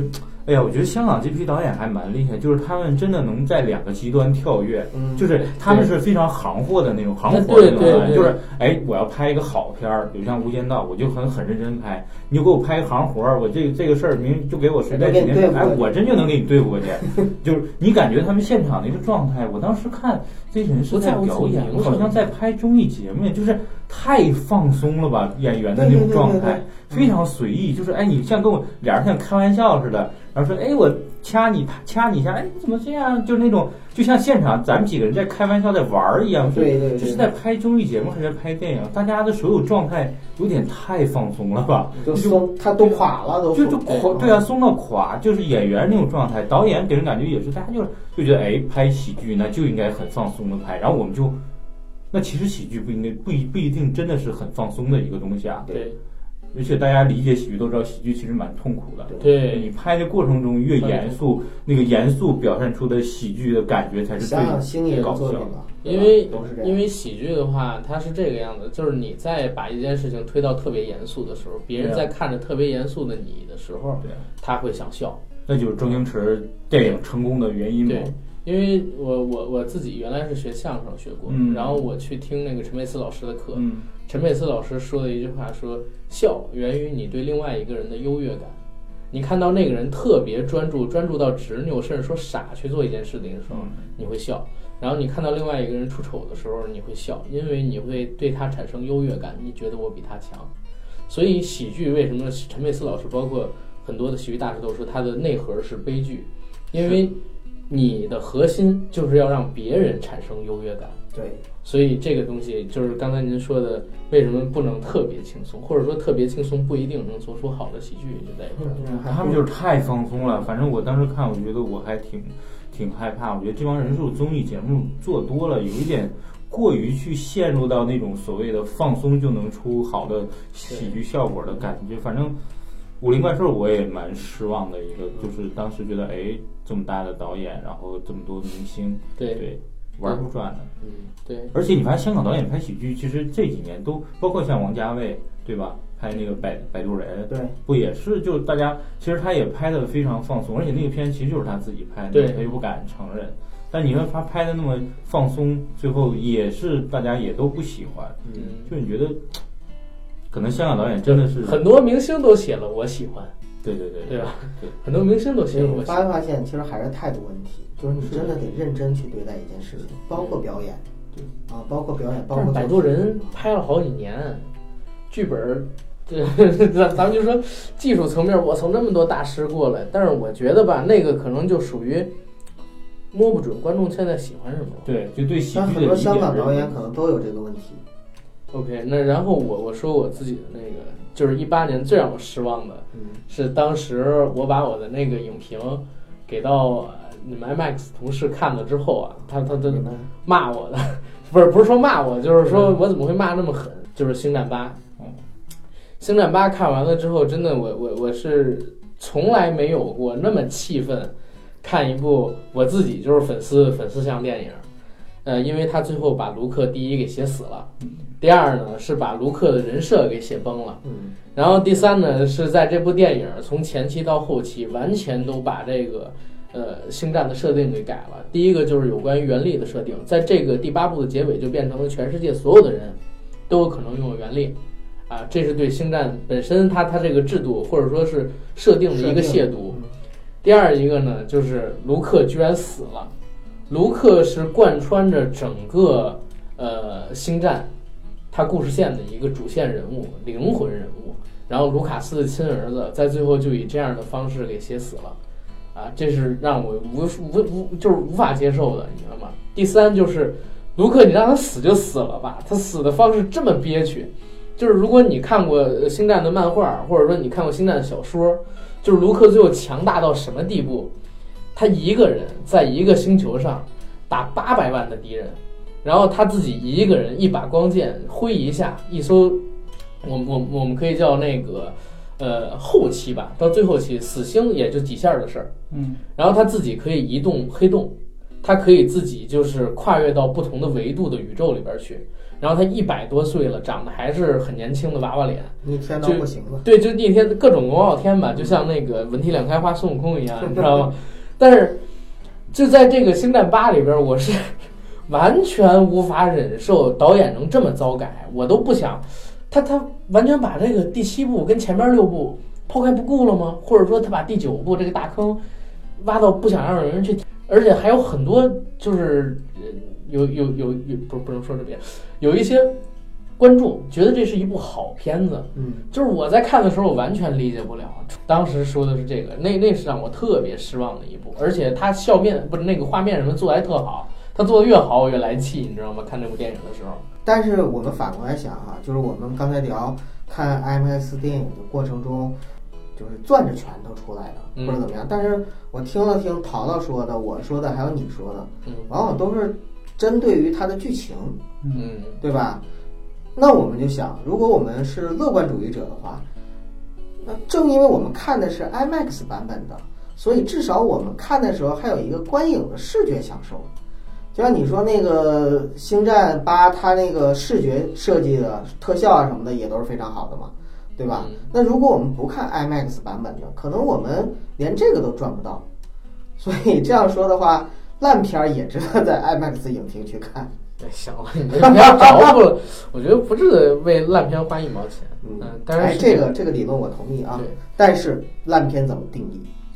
哎呀，我觉得香港这批导演还蛮厉害，就是他们真的能在2个极端跳跃，就是他们是非常行货的那种行活的那种导演，就是我要拍一个好片儿，比如像《无间道》，我就很认真拍，你就给我拍个行活，我这个事儿明就给我随便几天，我真就能给你对付过去，就是你感觉他们现场的一个状态，我当时看这人是在表演，好像在拍综艺节目，就是太放松了吧，演员的那种状态非常随意，就是你像跟我俩人像开玩笑似的。然后说，我掐你一下，你怎么这样？就是那种，就像现场咱们几个人在开玩笑在玩一样， 对， 这是在拍综艺节目还是在拍电影？大家的所有状态有点太放松了吧？ 就松，他都垮了，都就垮，对啊，松到垮，就是演员那种状态，导演给人感觉也是，大家就觉得，拍喜剧那就应该很放松的拍，然后我们就，那其实喜剧不一定真的是很放松的一个东西啊， 对。 而且大家理解喜剧都知道，喜剧其实蛮痛苦的。 对， 你拍的过程中越严肃，那个严肃表现出的喜剧的感觉才是最搞笑的。 因为喜剧的话，它是这个样子，就是你在把一件事情推到特别严肃的时候，别人在看着特别严肃的你的时候，他会想笑。 那就是周星驰电影成功的原因吗？ 对。因为我自己原来是学相声学过，然后我去听那个陈佩斯老师的课，陈佩斯老师说的一句话说，笑源于你对另外一个人的优越感。你看到那个人特别专注到执拗，甚至说傻去做一件事情的时候，你会笑。 然后你看到另外一个人出丑的时候，你会笑，因为你会对他产生优越感，你觉得我比他强。所以喜剧为什么陈佩斯老师包括很多的喜剧大师都说它的内核是悲剧，因为你的核心就是要让别人产生优越感。 对， 所以这个东西就是刚才您说的，为什么不能特别轻松，或者说特别轻松不一定能做出好的喜剧，就在于这儿。 他们就是太放松了。反正我当时看，我觉得我还挺害怕。我觉得这帮人是综艺节目做多了，有一点过于去陷入到那种所谓的放松就能出好的喜剧效果的感觉。反正《武林怪兽》我也蛮失望的一个，就是当时觉得这么大的导演，然后这么多明星，对。玩不转的， 对。 而且你发现香港导演拍喜剧，其实这几年都包括像王家卫，对吧？拍那个摆渡人， 对， 不也是就大家其实他也拍的非常放松，而且那个片其实就是他自己拍的， 对， 他又不敢承认。但你说他拍的那么放松，最后也是大家也都不喜欢，就你觉得可能香港导演真的是很多明星都写了我喜欢。 对吧？对，很多明星都写了我喜欢。 发现其实还是态度问题，就是你真的得认真去对待一件事情，包括表演， 对啊，包括表演，包括摆渡人拍了好几年，剧本，对，咱们就说技术层面，我从那么多大师过来，但是我觉得吧，那个可能就属于摸不准观众现在喜欢什么了。 对，就对喜剧的很多香港导演可能都有这个问题。 OK， 那然后我说我自己的那个，就是18年最让我失望的，是当时我把我的那个影评给到你们 IMAX 同事看了之后啊，他都骂我的，不是说骂我，就是说我怎么会骂那么狠？就是《星战8》，星战8看完了之后，真的我是从来没有过那么气愤，看一部我自己就是粉丝向电影，因为他最后把卢克第一给写死了。第二呢是把卢克的人设给写崩了，然后第三呢是在这部电影从前期到后期完全都把这个星战的设定给改了。第一个就是有关于原力的设定，在这个第8部的结尾就变成了全世界所有的人都有可能拥有原力啊，这是对星战本身它这个制度或者说是设定的一个亵渎。第二一个呢就是卢克居然死了，卢克是贯穿着整个星战他故事线的一个主线人物、灵魂人物，然后卢卡斯的亲儿子在最后就以这样的方式给写死了，啊，这是让我就是无法接受的，你知道吗？第三就是卢克，你让他死就死了吧，他死的方式这么憋屈，就是如果你看过星战的漫画，或者说你看过星战的小说，就是卢克最后强大到什么地步？他一个人在一个星球上打800万的敌人。然后他自己一个人一把光剑挥一下，一艘，我们可以叫那个，后期吧，到最后期死星也就几下的事儿，然后他自己可以移动黑洞，他可以自己就是跨越到不同的维度的宇宙里边去，然后他100多岁了，长得还是很年轻的娃娃脸， 逆天到不行了， 对，就逆天各种龙傲天吧，就像那个文体两开花孙悟空一样，你知道吗？但是就在这个星战8里边，我是完全无法忍受导演能这么糟改，我都不想，他完全把这个第7部跟前面6部抛开不顾了吗？或者说他把第9部这个大坑挖到不想让人去，而且还有很多就是有不能说这边有一些观众觉得这是一部好片子，就是我在看的时候我完全理解不了，当时说的是这个，那是让我特别失望的一部，而且他笑面不是那个画面什么做得还特好。他做的越好，我越来气，你知道吗？看这部电影的时候。 但是我们反过来想哈，就是我们刚才聊看 IMAX 电影的过程中，就是攥着拳头出来的，或者怎么样。但是我听了听淘淘说的，我说的，还有你说的，往往都是针对于它的剧情，对吧？那我们就想，如果我们是乐观主义者的话，那正因为我们看的是 IMAX 版本的，所以至少我们看的时候还有一个观影的视觉享受。就像你说那个《星战8》，它那个视觉设计的特效啊什么的也都是非常好的嘛，对吧？那如果我们不看 IMAX 版本的，可能我们连这个都赚不到。所以这样说的话，烂片也值得在 IMAX 影厅去看。 行了，你不要着不了，我觉得不值得为烂片花1毛钱。但是这个理论我同意啊。但是烂片怎么定义？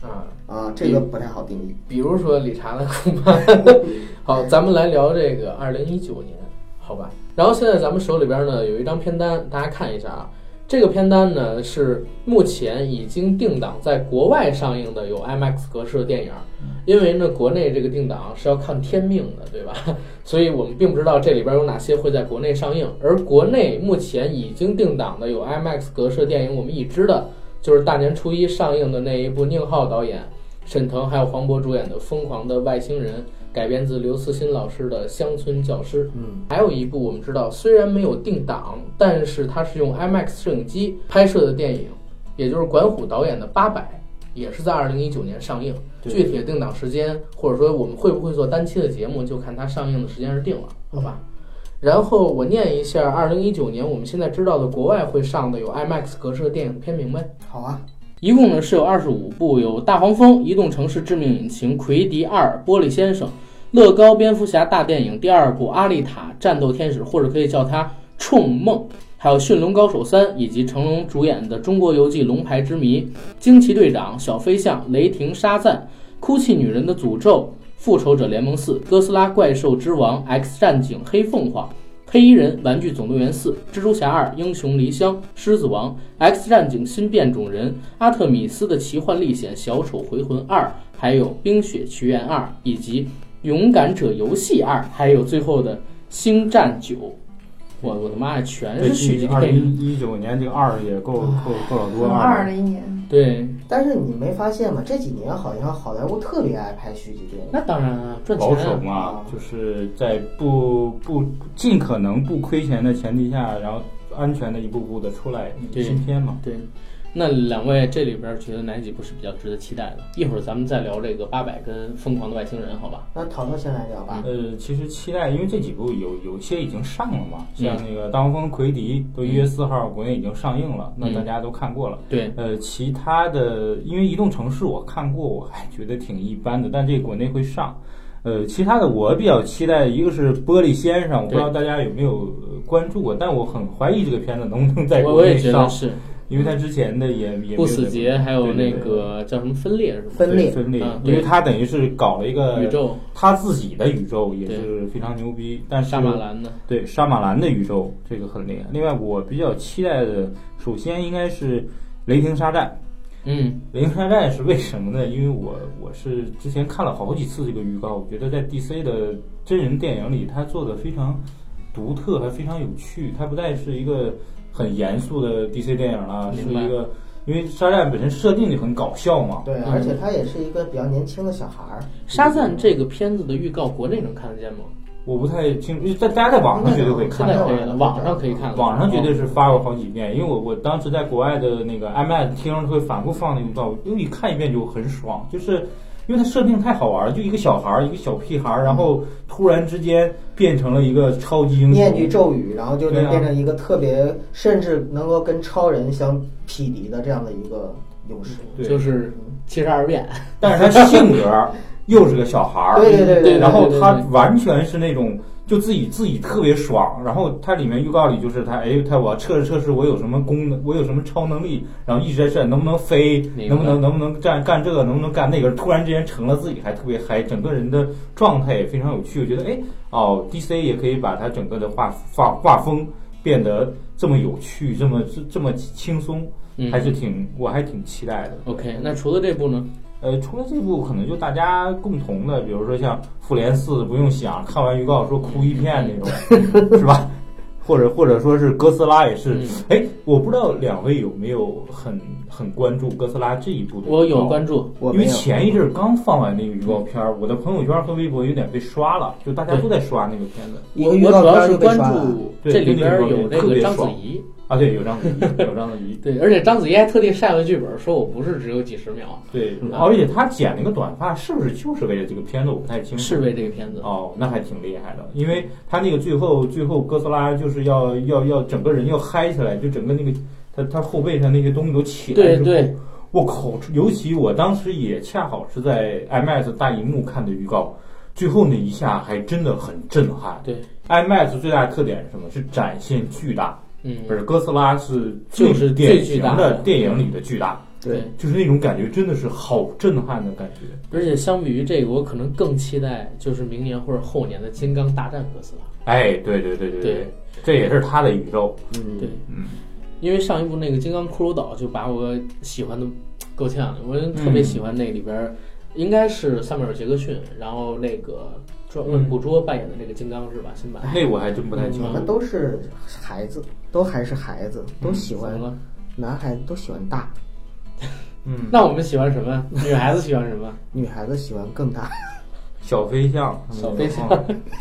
啊，这个不太好定义。 比如说理查的库曼。好，咱们来聊这个2019年，好吧？然后现在咱们手里边呢有一张片单，大家看一下啊。这个片单呢是目前已经定档在国外上映的有 IMAX 格式的电影，因为呢国内这个定档是要看天命的，对吧？所以我们并不知道这里边有哪些会在国内上映。而国内目前已经定档的有 IMAX 格式的电影，我们已知的就是大年初一上映的那一部宁浩导演、沈腾还有黄渤主演的《疯狂的外星人》，改编自刘慈欣老师的《乡村教师》。还有一部我们知道虽然没有定档，但是它是用 IMAX 摄影机拍摄的电影，也就是管虎导演的《800》，也是在2019年上映。具体的定档时间，或者说我们会不会做单期的节目，就看它上映的时间是定了，好吧？然后我念一下2019年我们现在知道的国外会上的有 IMAX 格式的电影片名呗。 好啊。 一共呢是有25部，有《大黄蜂》、《移动城市致命引擎》、《奎迪2》、《玻璃先生》、乐高蝙蝠侠大电影第2部《阿丽塔：战斗天使》，或者可以叫它冲梦，还有《驯龙高手3》，以及成龙主演的《中国游记：龙牌之谜》、《惊奇队长》、《小飞象》、《雷霆沙赞》、《哭泣女人的诅咒》、《复仇者联盟4》、《哥斯拉：怪兽之王》、《X 战警：黑凤凰》、黑衣人、玩具总动员4、蜘蛛侠2、英雄离乡、狮子王、X 战警新变种人、阿特米斯的奇幻历险、小丑回魂2，还有冰雪奇缘2，以及勇敢者游戏2，还有最后的星战9。我的妈呀，全是续集电影。 2019年这个2也够老多 2的一年。 对， 但是你没发现吗？这几年好像好莱坞特别爱拍续集电影。 那当然啊，赚钱保守嘛，就是在不尽可能不亏钱的前提下，然后安全的一步步的出来新片嘛。 对。那两位这里边觉得哪几部是比较值得期待的？一会儿咱们再聊这个800跟《疯狂的外星人》，好吧？ 那淘淘先来聊吧。 其实期待，因为这几部有些已经上了嘛，像那个《大黄蜂》、《奎迪》都1月4号国内已经上映了，那大家都看过了。 对。 其他的，因为《移动城市》我看过，我还觉得挺一般的，但这个国内会上。其他的我比较期待，一个是《玻璃先生》，我不知道大家有没有关注过，但我很怀疑这个片子能不能在国内上。 我也觉得是。 因为他之前的也不死劫，还有那个叫什么分裂是吧？ 分裂， 因为他等于是搞了一个宇宙， 他自己的宇宙也是非常牛逼。但是杀马兰的， 对杀马兰的宇宙这个很厉害。另外我比较期待的，首先应该是雷霆沙赞。雷霆沙赞是为什么呢？因为我是之前看了好几次这个预告，我觉得在 DC 的真人电影里，他做的非常独特，还非常有趣。他不再是一个很严肃的 DC 电影了，是一个，因为沙赞本身设定就很搞笑嘛。 对，而且他也是一个比较年轻的小孩儿。 沙赞这个片子的预告，国内能看得见吗？ 我不太清楚，大家在网上绝对可以看到， 网上可以看到， 网上绝对是发过好几遍。因为我当时在国外的那个 IMAX 厅会反复放那个预告，因为看一遍就很爽，就是因为它设定太好玩了，就一个小孩儿，一个小屁孩儿，然后突然之间变成了一个超级英雄， 念句咒语，然后就能变成一个特别，甚至能够跟超人相匹敌的这样的一个勇士， 就是72变。 但是他性格又是个小孩儿， 对， 然后他完全是那种就自己特别爽。然后他里面预告里就是他我要测试我有什么功能，我有什么超能力，然后一直在试能不能飞，能不能干这个，能不能干那个，突然之间成了自己还特别嗨，整个人的状态也非常有趣。我觉得DC 也可以把他整个的画风变得这么有趣，这么轻松，我还挺期待的。 OK， 那除了这部呢？ 除了这部，可能就大家共同的，比如说像《复联4》，不用想，看完预告说哭一片那种，是吧？或者说是哥斯拉也是。我不知道两位有没有很关注哥斯拉这一部的？ 我有关注， 因为前一阵刚放完那个预告片，我的朋友圈和微博有点被刷了，就大家都在刷那个片子。 我主要是关注这里边有那个章子怡。 对，有章子怡， 对，而且章子怡还特地晒了剧本，说我不是只有几十秒。 对，而且她剪了个短发，是不是就是为了这个片子？我不太清楚。 是为这个片子。 那还挺厉害的，因为她那个最后哥斯拉就是要整个人要嗨起来，就整个那个他后背上那些东西都起来之后， 对， 我靠！尤其我当时也恰好是在 IMAX 大荧幕看的预告，最后那一下还真的很震撼。 对 ，IMAX 最大的特点是什么？是展现巨大。不是哥斯拉是就是典型的电影里的巨大， 对， 就是那种感觉真的是好震撼的感觉。 而且相比于这个，我可能更期待就是明年或者后年的《金刚大战哥斯拉》。 哎，对，这也是他的宇宙。 对，因为上一部那个《金刚骷髅岛》就把我喜欢的够呛，我特别喜欢那里边，应该是萨缪尔·杰克逊，然后那个捕捉扮演的那个金刚是吧？新版那我还真不太清楚。 我们都是孩子，都还是孩子，都喜欢男孩子都喜欢大。 那我们喜欢什么？女孩子喜欢什么？ 女孩子喜欢更大。 小飞象， 小飞象。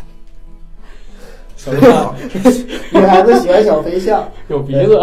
小飞象，女孩子喜欢小飞象， 有鼻子。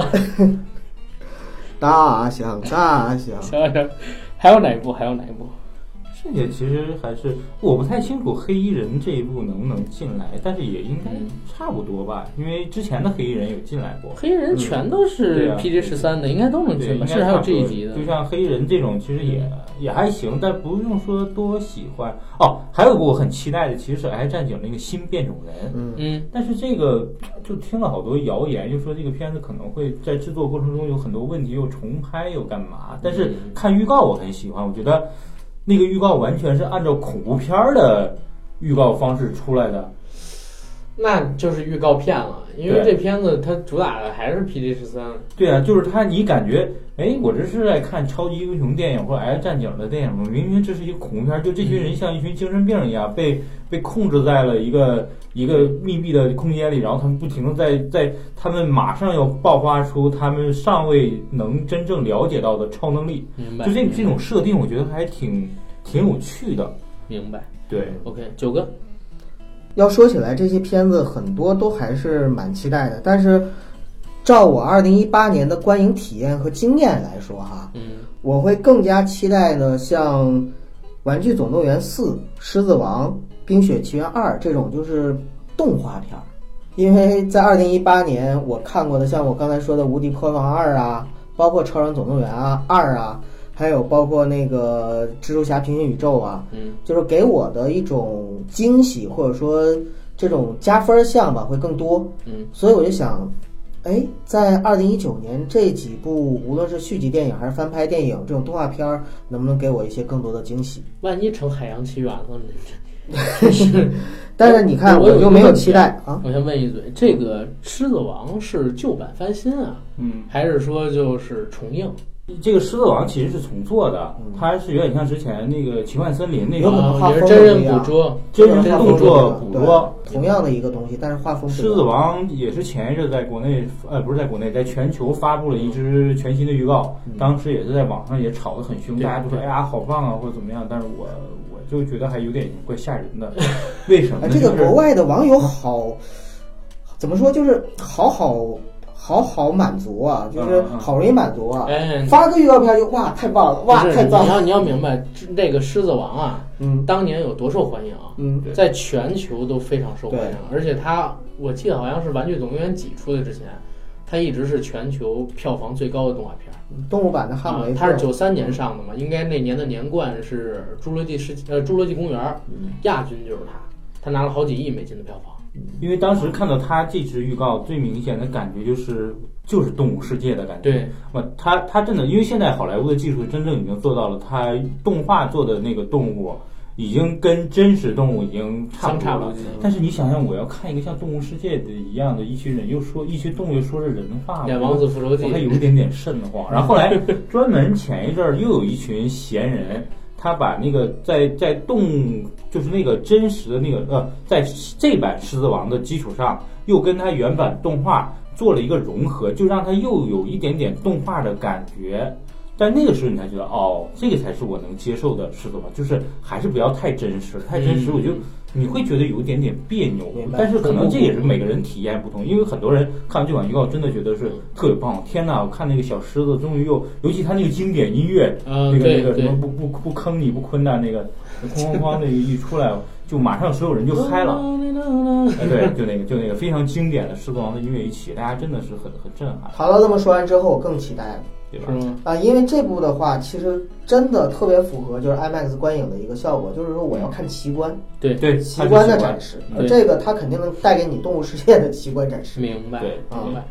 大象，大象。 还有哪一部？ 这些其实还是我不太清楚黑衣人这一部能不能进来，但是也应该差不多吧，因为之前的黑衣人有进来过。 黑衣人全都是 PG-13的，应该都能进吧？甚至还有这一集的。 就像黑衣人这种，其实也还行，但不用说多喜欢。哦，还有一部我很期待的，其实是《X 战警》那个新变种人。但是这个就听了好多谣言，就说这个片子可能会在制作过程中有很多问题，又重拍又干嘛。但是看预告我很喜欢，我觉得。那个预告完全是按照恐怖片的预告方式出来的， 那就是预告片了。因为这片子它主打的还是 PG-13。对啊，就是它，你感觉，哎，我这是在看超级英雄电影或者 X 战警的电影吗？明明这是一个恐怖片，就这群人像一群精神病一样，被控制在了一个密闭的空间里，然后他们不停的在他们马上要爆发出他们尚未能真正了解到的超能力。 明白。 就这种设定，我觉得还挺有趣的。 明白。 对 ，OK， 九哥。 要说起来，这些片子很多都还是蛮期待的，但是照我2018年的观影体验和经验来说哈，我会更加期待呢，像《玩具总动员4》《狮子王》《冰雪奇缘2》这种就是动画片，因为在2018年我看过的，像我刚才说的《无敌破坏王2》啊，包括《超人总动员2》啊。还有包括那个蜘蛛侠平行宇宙啊，就是给我的一种惊喜或者说这种加分项吧会更多，所以我就想，哎，在2019年这几部无论是续集电影还是翻拍电影这种动画片，能不能给我一些更多的惊喜？ 万一成海洋奇缘了呢？ 但是你看，我就没有期待啊。 我先问一嘴，这个《狮子王》是旧版翻新啊，还是说就是重映？ 这个《狮子王》其实是重做的，它是有点像之前那个《奇幻森林》那种， 也是真人捕捉、 真人动作捕捉， 同样的一个东西，但是画风不一样。 狮子王也是前一阵在国内，不是在国内，在全球发布了一支全新的预告，当时也是在网上也吵得很凶，大家都说哎呀好棒啊或者怎么样，但是我就觉得还有点怪吓人的，为什么呢？ 这个国外的网友怎么说，就是好满足啊，就是好容易满足啊！发个预告片就哇太棒了，哇太棒了！ 你要明白，这个《狮子王》啊，当年有多受欢迎，在全球都非常受欢迎，而且我记得好像是《玩具总动员几》出来之前，它一直是全球票房最高的动画片。 动物版的哈姆雷特， 它是93年上的嘛，应该那年的年冠是《侏罗纪公园》，亚军就是它拿了好几亿美金的票房。 因为当时看到他这支预告，最明显的感觉就是动物世界的感觉。 对， 他真的，因为现在好莱坞的技术真正已经做到了，他动画做的那个动物已经跟真实动物已经差不多了。但是你想想，我要看一个像动物世界的一样的一群人，一群动物又说着人话， 演王子复仇记， 我还有一点瘆得慌。然后后来专门前一阵儿又有一群闲人。他把那个在就是那个真实的那个在这版《狮子王》的基础上，又跟他原版动画做了一个融合，就让他又有一点点动画的感觉。但那个时候你才觉得，哦，这个才是我能接受的狮子王，就是还是不要太真实，太真实我就你会觉得有一点点别扭。但是可能这也是每个人体验不同，因为很多人看完这款预告真的觉得是特别棒。天哪，我看那个小狮子终于尤其他那个经典音乐，那个什么不坑你不坤的那个哐哐哐那个一出来，就马上所有人就嗨了。对，就那个非常经典的狮子王的音乐一起，大家真的是很震撼。 好了，这么说完之后，我更期待了。因为这部的话，其实真的特别符合就是 IMAX 观影的一个效果，就是说我要看奇观， 对奇观的展示，而这个它肯定能带给你动物世界的奇观展示。 明白。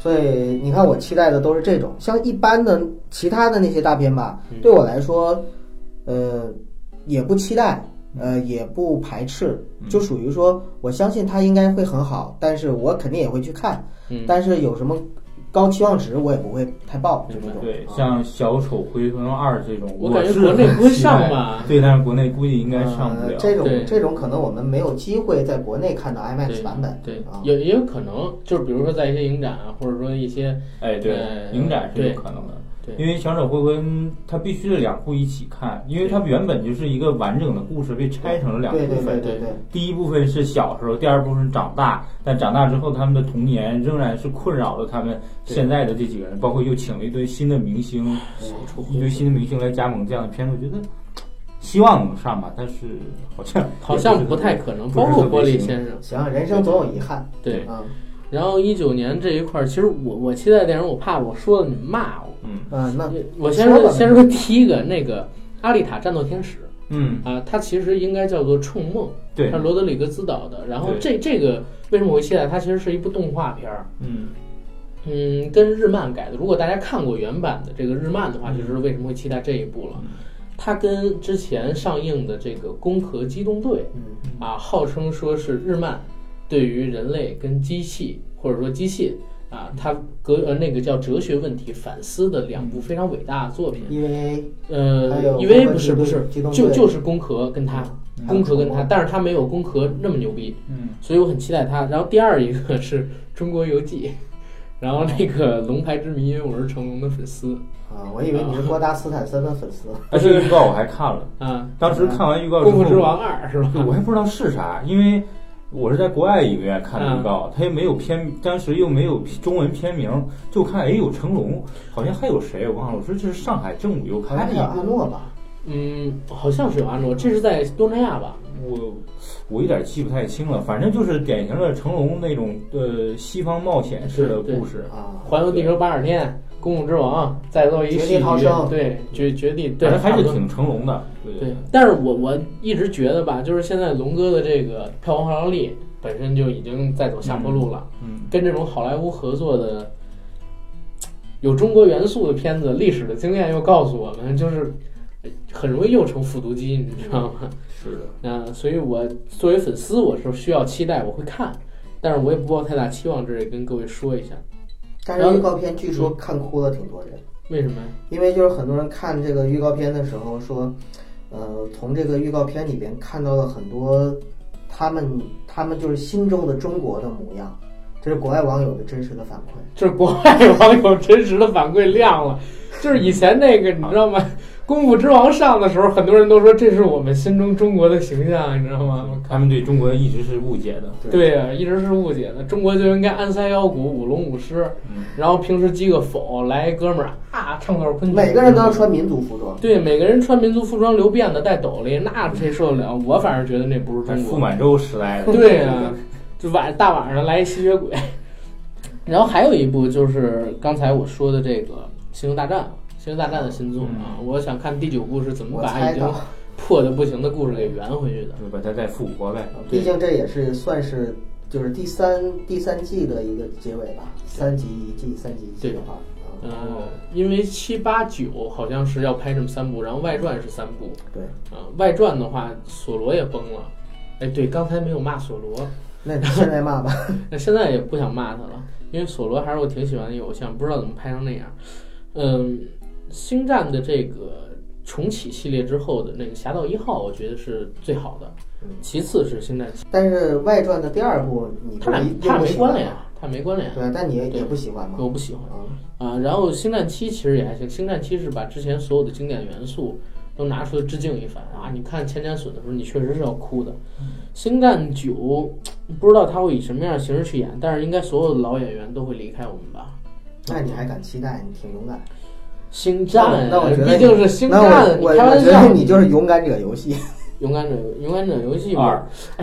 所以你看，我期待的都是这种，像一般的其他的那些大片吧，对我来说，也不期待，也不排斥，就属于说我相信它应该会很好，但是我肯定也会去看，但是有什么高期望值我也不会太抱，就这种。 对，像小丑回魂2这种， 我感觉国内不会上吧？ 对，但是国内估计应该上不了。 这种可能我们没有机会在国内看到 IMAX 版本。 对，也有可能，就是比如说在一些影展啊，或者说一些影展是有可能的。因为小丑回魂它必须是2部一起看，因为它原本就是一个完整的故事被拆成了2部分。 对。 第一部分是小时候，第二部分是长大，但长大之后他们的童年仍然是困扰了他们现在的这几个人，包括又请了一堆新的明星，来加盟这样的片子，我觉得希望能上吧，但是好像不太可能。包括玻璃先生， 行，人生总有遗憾。 对啊。然后19年这一块，其实我期待电影，我怕我说了你们骂我。 那我先说第一个那个《阿丽塔：战斗天使》。它其实应该叫做《冲梦》， 对， 是罗德里格兹导的。然后这个为什么我会期待？它其实是一部动画片儿。跟日漫改的。如果大家看过原版的这个日漫的话，就知道为什么会期待这一部了。它跟之前上映的这个《攻壳机动队》号称说是日漫对于人类跟机器或者说机械它那个叫哲学问题反思的2部非常伟大的作品。EVA 不是，就是攻壳跟它，但是它没有攻壳那么牛逼，所以我很期待它。然后第二一个是《中国游记》，然后那个《龙牌之谜》，因为我是成龙的粉丝。 我以为你是郭达斯坦森的粉丝。 但是预告我还看了，当时看完预告之后， 功夫之王2是吧？ 我还不知道是啥，因为我是在国外影院看的预告，它又没有当时又没有中文片名，就看有成龙，好像还有谁我忘了，我说这是上海正午又开的阿诺吧？ 好像是有阿诺，这是在东南亚吧？ 我有点记不太清了，反正就是典型的成龙那种西方冒险式的故事环游地球80天。功夫之王再做一绝地逃生， 对绝地，对， 还是挺成龙的， 对。但是我一直觉得吧，就是现在龙哥的这个票房号召力本身就已经在走下坡路了。跟这种好莱坞合作的有中国元素的片子，历史的经验又告诉我们，就是很容易又成复读机，你知道吗？ 是的。 所以我作为粉丝，我是需要期待，我会看，但是我也不抱太大期望，这也跟各位说一下。 但是预告片据说看哭了挺多人， 为什么？ 因为就是很多人看这个预告片的时候说，从这个预告片里边看到了很多他们就是心中的中国的模样，这是国外网友的真实的反馈。 这是国外网友真实的反馈亮了，就是以前那个你知道吗？功夫之王上的时候，很多人都说这是我们心中中国的形象，你知道吗？ 他们对中国一直是误解的。 对呀，一直是误解的。中国就应该安塞腰鼓、舞龙舞狮，然后平时击个否，来哥们儿唱段昆曲。 每个人都要穿民族服装。 对，每个人穿民族服装，留辫子，戴斗笠，那谁受得了？我反正觉得那不是中国。 傅满洲时代的。 对呀，就大晚上来一吸血鬼。然后还有一部就是刚才我说的这个《星球大战》。星球大战的新作我想看第9部是怎么把已经破的不行的故事给圆回去的， 就把它再复活呗。 毕竟这也是算是就是第三季的一个结尾吧，3集1季，3集1季的话。 因为7、8、9好像是要拍这么3部，然后外传是3部。 对外传的话，索罗也崩了。哎，对，刚才没有骂索罗， 那现在骂吧。 那现在也不想骂他了，因为索罗还是我挺喜欢的一个偶像，不知道怎么拍成那样。星战的这个重启系列之后的那个侠盗1号，我觉得是最好的，其次是星战7。 但是外传的第2部你他俩没关联，他没关联。 对，但你也不喜欢吗？ 我不喜欢然后星战7其实也还行，星战7是把之前所有的经典元素都拿出来致敬一番你看千年隼的时候，你确实是要哭的。星战9不知道他会以什么样的形式去演，但是应该所有的老演员都会离开我们吧。 那你还敢期待？你挺勇敢。 星战， 那我觉得毕竟是星战， 我觉得你就是勇敢者游戏。 勇敢者游戏 2，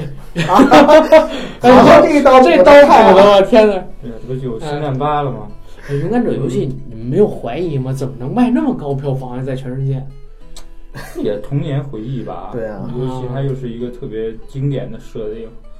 这刀太狠了，天哪！ 对，这不就星战8了吗？ 勇敢者游戏，你们没有怀疑吗？怎么能卖那么高票房在全世界？ 也童年回忆吧。 对啊， 尤其它又是一个特别经典的设定。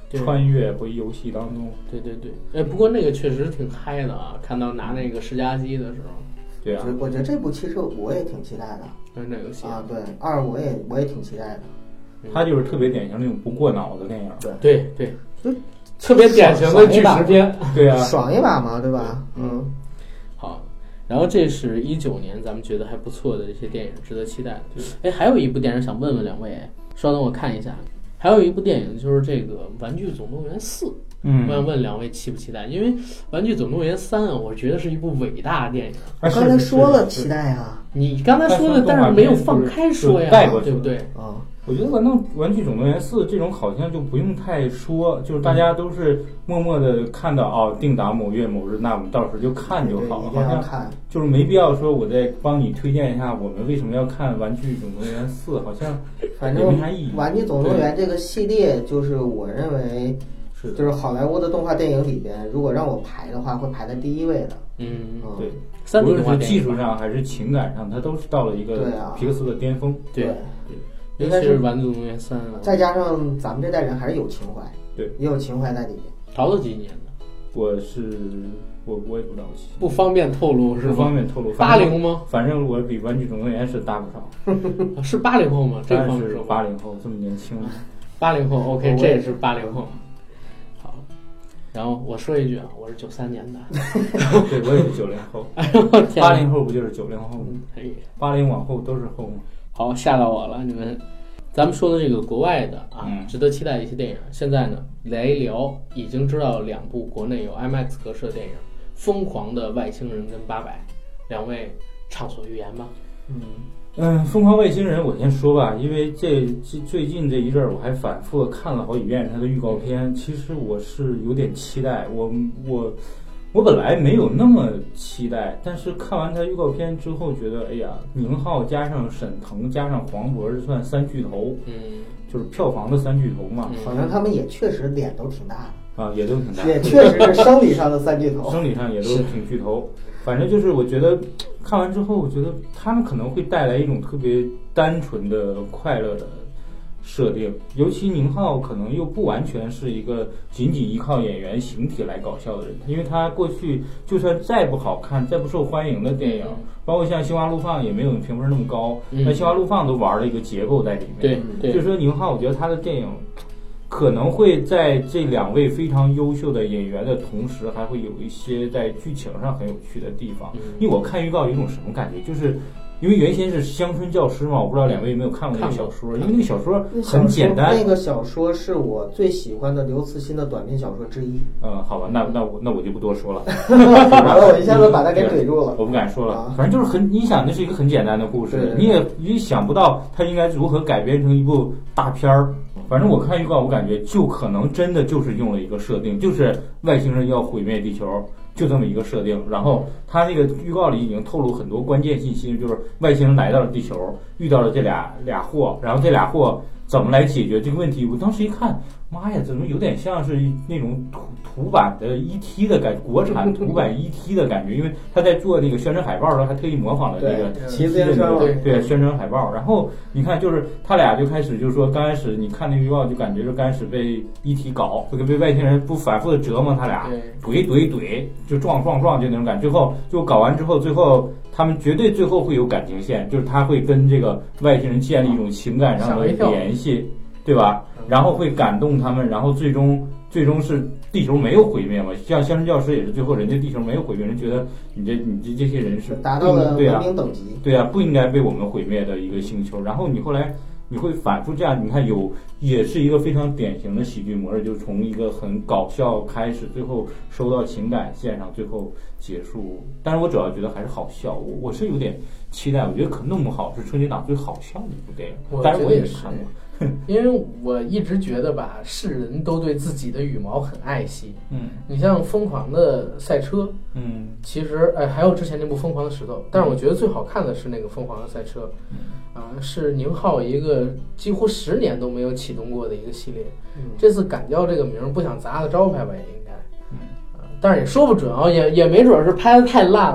穿越回游戏当中。 对，不过那个确实挺嗨的啊，看到拿那个世嘉机的时候。 对啊， 我觉得这部其实我也挺期待的。 那游戏啊，对，2我也挺期待的。 它就是特别典型那种不过脑的电影。 对，就特别典型的巨石片。 对啊， 爽一把嘛，对吧？ 好，然后这是19年咱们觉得还不错的这些电影，值得期待的。还有一部电影想问问两位，稍等我看一下。还有一部电影就是这个《玩具总动员4》。我想问两位期不期待？因为《玩具总动员3》啊，我觉得是一部伟大的电影。 我刚才说了期待啊， 你刚才说的，但是没有放开说呀，对不对？ 啊， 我觉得反正《玩具总动员4》这种好像就不用太说，就是大家都是默默的看到定档某月某日，那我们到时候就看就好了，好像就是没必要说我再帮你推荐一下我们为什么要看《玩具总动员4》，好像反正没啥意义。 《玩具总动员》这个系列，就是我认为。就是好莱坞的动画电影里边，如果让我排的话，会排在第1位的。 对，无论是技术上还是情感上，它都是到了一个皮克斯的巅峰。 对，尤其是《玩具总动员3》， 再加上咱们这代人还是有情怀， 对， 也有情怀在里面。 淘了几年的？ 我也不知道， 不方便透露是吗？ 不方便透露。 80吗？ 反正我比《玩具总动员》是大不少。 是80后吗？这方面是80后，这么年轻。 80后 ，OK， 这也是80后。然后我说一句啊，我是93年的， 对，我也是90后。80后不就是90后吗？80往后都是后吗？ 好，吓到我了，你们。咱们说的这个国外的值得期待的一些电影，现在呢来聊已经知道2部国内有 IMAX 格式的电影，《疯狂的外星人》跟《800》，两位畅所欲言吧。 疯狂外星人我先说吧，因为最近这一阵儿我还反复的看了好几遍它的预告片，其实我是有点期待，我本来没有那么期待，但是看完它预告片之后觉得，哎呀，宁浩加上沈腾加上黄渤这算3巨头，就是票房的3巨头嘛。 好像他们也确实脸都挺大的啊，也都挺大， 也确实是生理上的3巨头， 生理上也都挺巨头。反正就是我觉得看完之后，我觉得他们可能会带来一种特别单纯的快乐的设定，尤其宁浩可能又不完全是一个仅仅依靠演员形体来搞笑的人，因为他过去就算再不好看再不受欢迎的电影，包括像《心花怒放》也没有评分那么高，那《心花怒放》都玩了一个结构在里面。 对， 就是说宁浩我觉得他的电影可能会在这2位非常优秀的演员的同时，还会有一些在剧情上很有趣的地方。因为我看预告有一种什么感觉，就是因为原先是乡村教师嘛，我不知道2位有没有看过那个小说，因为那个小说很简单。 那个小说是我最喜欢的刘慈欣的短篇小说之一。 好吧，那我就不多说了。 我一下子把他给怼住了。 我不敢说了，反正就是你想那是一个很简单的故事，你也想不到他应该如何改编成一部大片儿。反正我看预告，我感觉就可能真的就是用了一个设定，就是外星人要毁灭地球，就这么一个设定。然后他那个预告里已经透露很多关键信息，就是外星人来到了地球，遇到了这俩货，然后这俩货怎么来解决这个问题。我当时一看，妈呀，怎么有点像是那种土版的 ET 的感觉，国产土版 ET 的感觉，因为他在做那个宣传海报的时候还特意模仿了那个骑自行车， 对宣传海报。然后你看，就是他俩就开始就是说，刚开始你看那个预告就感觉是刚开始被 ET 搞，这个被外星人不反复的折磨他俩，怼就撞就那种感觉。最后就搞完之后，最后他们绝对最后会有感情线，就是他会跟这个外星人建立一种情感上的联系，对吧？然后会感动他们，然后最终是地球没有毁灭嘛？像乡村教师也是最后人家地球没有毁灭，人觉得你这些人是达到了文明等级， 对啊，不应该被我们毁灭的一个星球。然后你后来你会反复这样，你看也是一个非常典型的喜剧模式，就是从一个很搞笑开始，最后收到情感线上，最后结束。但是我主要觉得还是好笑，我是有点期待，我觉得可弄不好是春节档最好笑的一部电影。但是我也没看过。 因为我一直觉得吧，是人都对自己的羽毛很爱惜。你像《疯狂的赛车》，其实还有之前那部《疯狂的石头》，但是我觉得最好看的是那个《疯狂的赛车》，是宁浩一个几乎10年都没有启动过的一个系列。这次改掉这个名，不想砸了招牌吧，也应该。但是也说不准啊，也没准是拍的太烂了。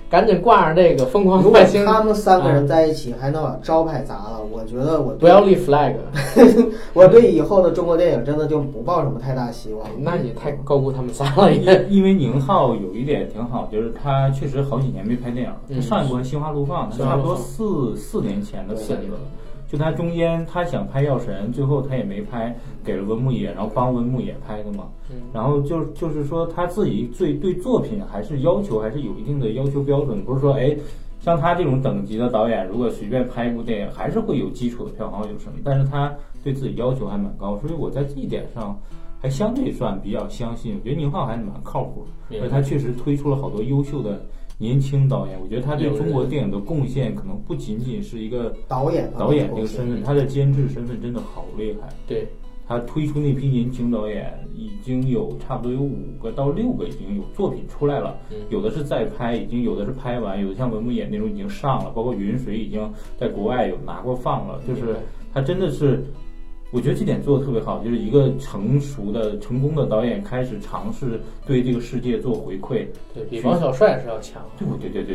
赶紧挂上这个疯狂如果外星。 他们3个人在一起还能把招牌砸了，我觉得不要立 flag。 我对以后的中国电影真的就不抱什么太大希望。 那你太高估他们仨了。 因为宁浩有一点挺好，就是他确实好几年没拍电影了。他上一部《心花怒放》，他差不多四年前的片子了。就他中间他想拍《药神》，最后他也没拍，给了文牧野，然后帮文牧野拍的嘛。然后就是说他自己对作品还是有一定的要求标准，不是说像他这种等级的导演，如果随便拍一部电影，还是会有基础的票房有什么，但是他对自己要求还蛮高，所以我在这一点上还相对算比较相信。我觉得宁浩还蛮靠谱的，而且他确实推出了好多优秀的年轻导演。我觉得他对中国电影的贡献可能不仅仅是一个导演这个身份，他的监制身份真的好厉害。 对， 他推出那批年轻导演，已经有差不多有5个到6个已经有作品出来了，有的是在拍，已经有的是拍完，有的像文牧野那种已经上了，包括云水已经在国外有拿过放了，就是他真的是。我觉得这点做的特别好，就是一个成功的导演开始尝试对这个世界做回馈， 对比王小帅是要强。 对。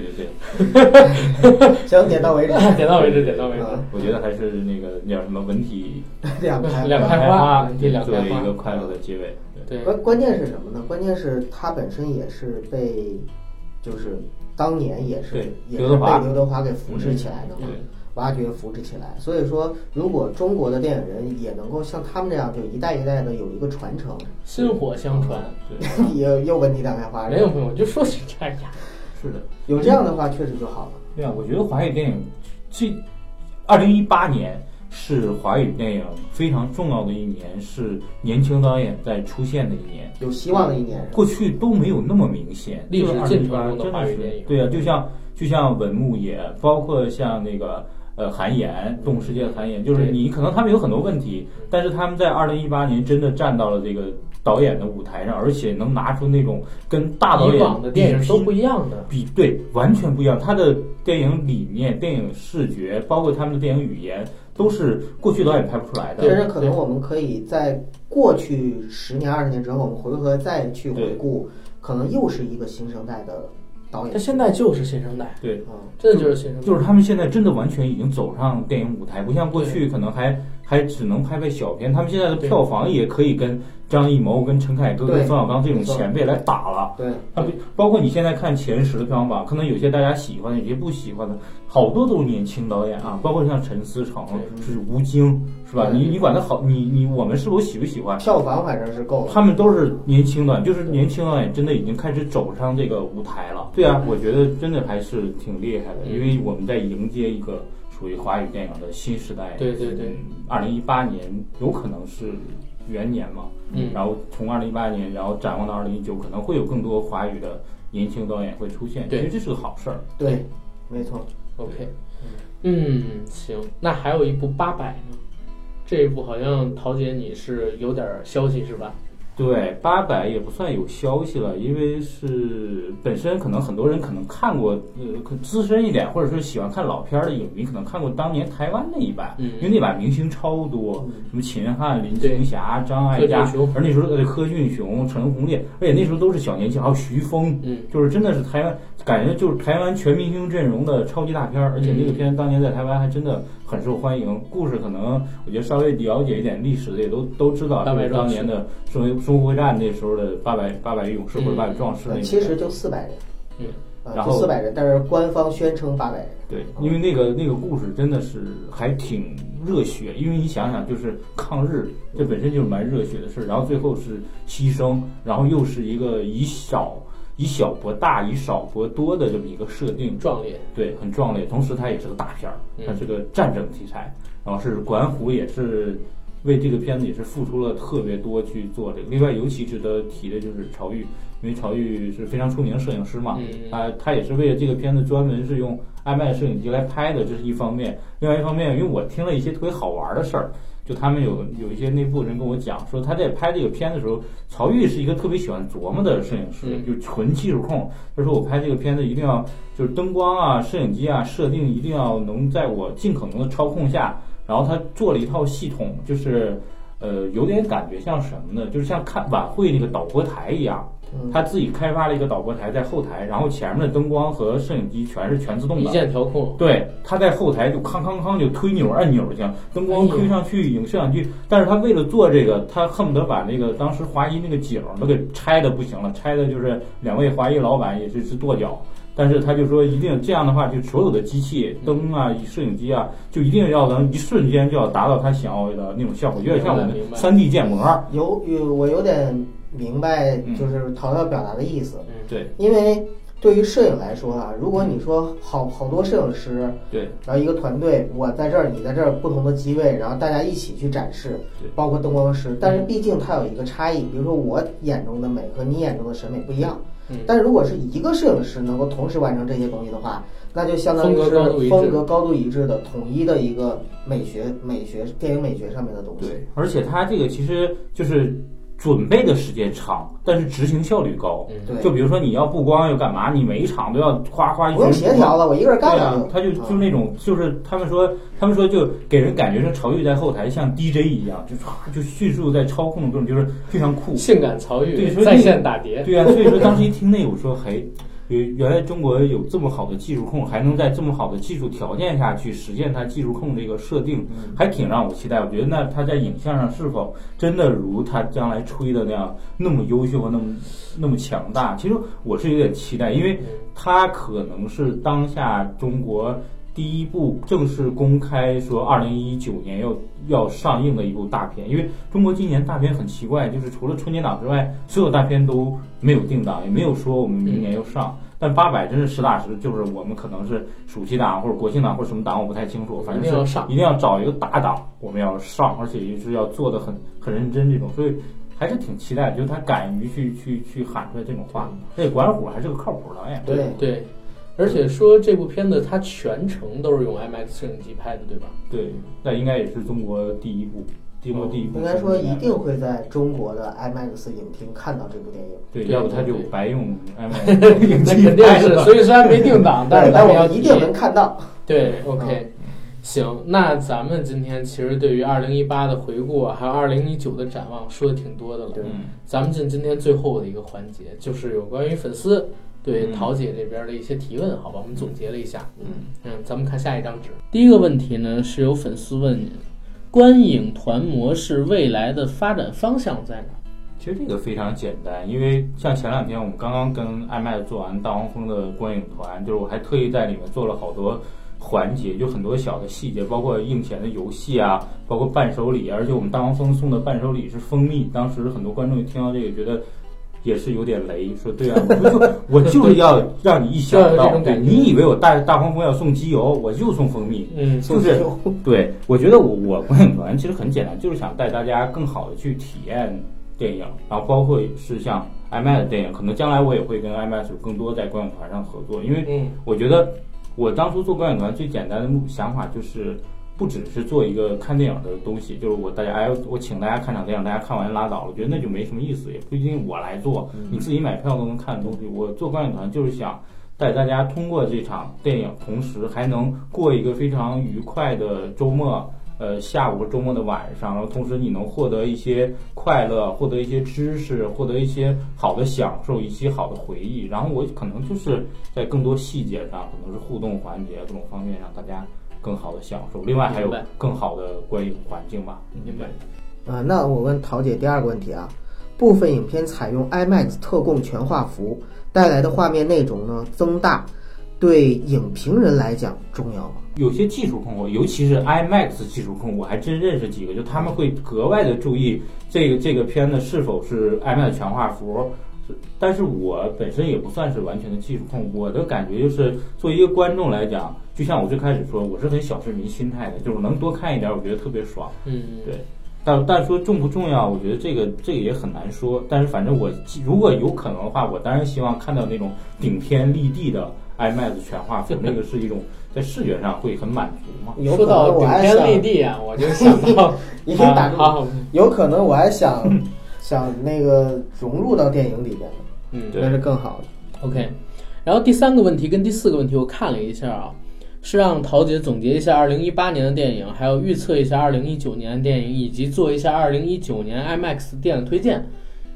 行，点到为止。 我觉得还是那个叫什么文体两开花， 作为一个快乐的结尾。 对， 关键是什么呢？关键是他本身也是被，就是当年也是被刘德华给扶持起来的嘛。挖掘扶持起来，所以说，如果中国的电影人也能够像他们这样，就一代一代的有一个传承， 薪火相传， 又文体两开花。 没有，就说起这样。 是的， 有这样的话确实就好了。 对啊，我觉得华语电影2018年是华语电影非常重要的一年，是年轻导演在出现的一年， 有希望的一年。 过去都没有那么明显， 历史进程中的华语电影。 对啊，就像文牧野，包括像那个。韩延，动物世界的韩延，就是你可能他们有很多问题，但是他们在2018年真的站到了这个导演的舞台上，而且能拿出那种跟大导演以往的电影都不一样的完全不一样。他的电影理念、电影视觉，包括他们的电影语言，都是过去导演拍不出来的。 甚至可能我们可以在过去10年、20年之后，我们回头再去回顾，可能又是一个新生代的。 他现在就是新生代， 对， 真的就是新生代， 就是他们现在真的完全已经走上电影舞台，不像过去可能还只能拍小片，他们现在的票房也可以跟张艺谋、跟陈凯歌、跟冯小刚这种前辈来打了。 对， 包括你现在看前10的票房榜，可能有些大家喜欢的，有些不喜欢的，好多都是年轻导演啊，包括像陈思诚、是吴京，是吧？你管他好，我们是否喜不喜欢？ 票房反正是够了。 他们都是年轻的，就是年轻导演真的已经开始走上这个舞台了。对啊，我觉得真的还是挺厉害的，因为我们在迎接一个属于华语电影的新时代。 对 ，2018年有可能是元年嘛，然后从2018年，然后展望到2019，可能会有更多华语的年轻导演会出现。其实这是个好事儿。 对，没错。 OK， 行，那还有一部800呢？这一部好像陶姐你是有点消息是吧？ 对，800也不算有消息了，因为是本身可能很多人可能看过，资深一点或者说喜欢看老片的影迷可能看过当年台湾那一版，因为那版明星超多，什么秦汉、林青霞、张艾嘉，而那时候柯俊雄、陈鸿烈，而且那时候都是小年轻，还有徐峰，就是真的是台湾，感觉就是台湾全明星阵容的超级大片，而且那个片当年在台湾还真的很受欢迎。故事可能我觉得稍微了解一点历史的也都知道，就是当年的淞沪会战那时候的800勇士或者800壮士那个， 其实就400人， 然后 400人，但是官方宣称800人。 对，因为那个故事真的是还挺热血，因为你想想，就是抗日，这本身就是蛮热血的事，然后最后是牺牲，然后又是一个以小博大，以少博多的这么一个设定， 壮烈， 对，很壮烈。同时它也是个大片儿，它是个战争题材，然后是管虎也是为这个片子也是付出了特别多去做这个。另外，尤其值得提的就是曹禺，因为曹禺是非常出名的摄影师嘛，他也是为了这个片子专门是用IMAX摄影机来拍的，这是一方面。另外一方面，因为我听了一些特别好玩的事儿，就他们有一些内部人跟我讲说，他在拍这个片的时候，曹禺是一个特别喜欢琢磨的摄影师，就纯技术控。他说我拍这个片子一定要就是灯光啊、摄影机啊设定一定要能在我尽可能的操控下。然后他做了一套系统，就是有点感觉像什么呢？就是像看晚会那个导播台一样， 他自己开发了一个导播台在后台，然后前面的灯光和摄影机全自动的， 一键调控。 对，他在后台就康康康就推钮按钮去，灯光推上去，影摄上去。但是他为了做这个，他恨不得把那个当时华谊那个景都给拆的不行了，拆的就是2位华谊老板也是跺脚。但是他就说一定这样的话，就所有的机器灯啊、摄影机啊，就一定要能一瞬间就要达到他想要的那种效果，有点像我们3D 建模。 我有点明白，就是陶陶表达的意思。 对， 因为对于摄影来说啊，如果你说好多摄影师， 对， 然后一个团队，我在这儿，你在这儿，不同的机位，然后大家一起去展示，包括灯光师，但是毕竟它有一个差异，比如说我眼中的美和你眼中的审美不一样。但是如果是一个摄影师能够同时完成这些东西的话，那就相当于是风格高度一致的统一的一个美学电影美学上面的东西。 对，而且它这个其实就是准备的时间长，但是执行效率高。 对， 就比如说你要布光要干嘛，你每一场都要夸一不用协调了，我一个人干了。 对啊，他就那种，就是他们说就给人感觉是曹郁在后台像 DJ 一样，就迅速在操控这种，就是非常酷， 性感曹郁， 对， 在线打碟。 对啊，所以说当时一听那个，我说嘿。原来中国有这么好的技术控，还能在这么好的技术条件下去实现它技术控这个设定，还挺让我期待。我觉得那它在影像上是否真的如它将来吹的那样那么优秀和那么强大？其实我是有点期待，因为它可能是当下中国第一部正式公开说2019年要上映的一部大片。因为中国今年大片很奇怪，就是除了春节档之外，所有大片都没有定档，也没有说我们明年要上。但800真是实打实，就是我们可能是暑期档或者国庆档或者什么档，我不太清楚，反正是一定要找一个大档，我们要上，而且就是要做的很认真这种，所以还是挺期待，就是他敢于去喊出来这种话。那管虎还是个靠谱导演。 对。而且说这部片子它全程都是用 IMAX 摄影机拍的，对吧？ 对，那应该也是中国第一部。 应该说一定会在中国的 IMAX 影厅看到这部电影。 对，要不他就白用 IMAX 影机肯定是，所以虽然没定档，但是我们一定能看到。 对 ，OK，行，那咱们今天其实对于2018的回顾还有2019的展望说的挺多的了。咱们进今天最后的一个环节，就是有关于粉丝对陶姐这边的一些提问，好吧？我们总结了一下。咱们看下一张纸。第一个问题呢，是有粉丝问您，观影团模式未来的发展方向在哪？ 其实这个非常简单，因为像前2天我们刚刚跟iMac 做完大黄蜂的观影团，就是我还特意在里面做了好多环节，就很多小的细节，包括映前的游戏啊，包括伴手礼，而且我们大黄蜂送的伴手礼是蜂蜜，当时很多观众一听到这个觉得也是有点雷，说对啊，我就是要让你一想到，对，你以为我大黄蜂要送机油，我就送蜂蜜，就是对，我觉得我观影团其实很简单，就是想带大家更好的去体验电影，然后包括是像 IMAX 的电影，可能将来我也会跟 IMAX 有更多在观影团上合作，因为我觉得我当初做观影团最简单的想法就是不只是做一个看电影的东西，就是我请大家看场电影，大家看完拉倒了，我觉得那就没什么意思，也不一定我来做，你自己买票都能看的东西。我做观影团就是想带大家通过这场电影，同时还能过一个非常愉快的周末，下午和周末的晚上，然后同时你能获得一些快乐，获得一些知识，获得一些好的享受，一些好的回忆。然后我可能就是在更多细节上，可能是互动环节各种方面，让大家更好的享受，另外还有更好的观影环境吧。 明白。 那我问陶姐第二个问题啊，部分影片采用 IMAX 特供全画幅带来的画面内容呢增大，对影评人来讲重要吗？ 有些技术控，尤其是 IMAX 技术控，我还真认识几个，就他们会格外的注意这个片子是否是 IMAX 全画幅。但是我本身也不算是完全的技术控，我的感觉就是作为一个观众来讲，就像我最开始说，我是很小市民心态的，就是能多看一点，我觉得特别爽。对。但说重不重要，我觉得这个也很难说。但是反正我如果有可能的话，我当然希望看到那种顶天立地的 IMAX 全画幅，那个是一种在视觉上会很满足嘛。 说到顶天立地啊，我就想到已经打住，有可能我还想那个融入到电影里边的，那是更好的。 OK， 然后第3个问题跟第4个问题我看了一下啊，是让陶姐总结一下2018年的电影，还有预测一下2019年的电影，以及做一下2019年 IMAX 电影推荐。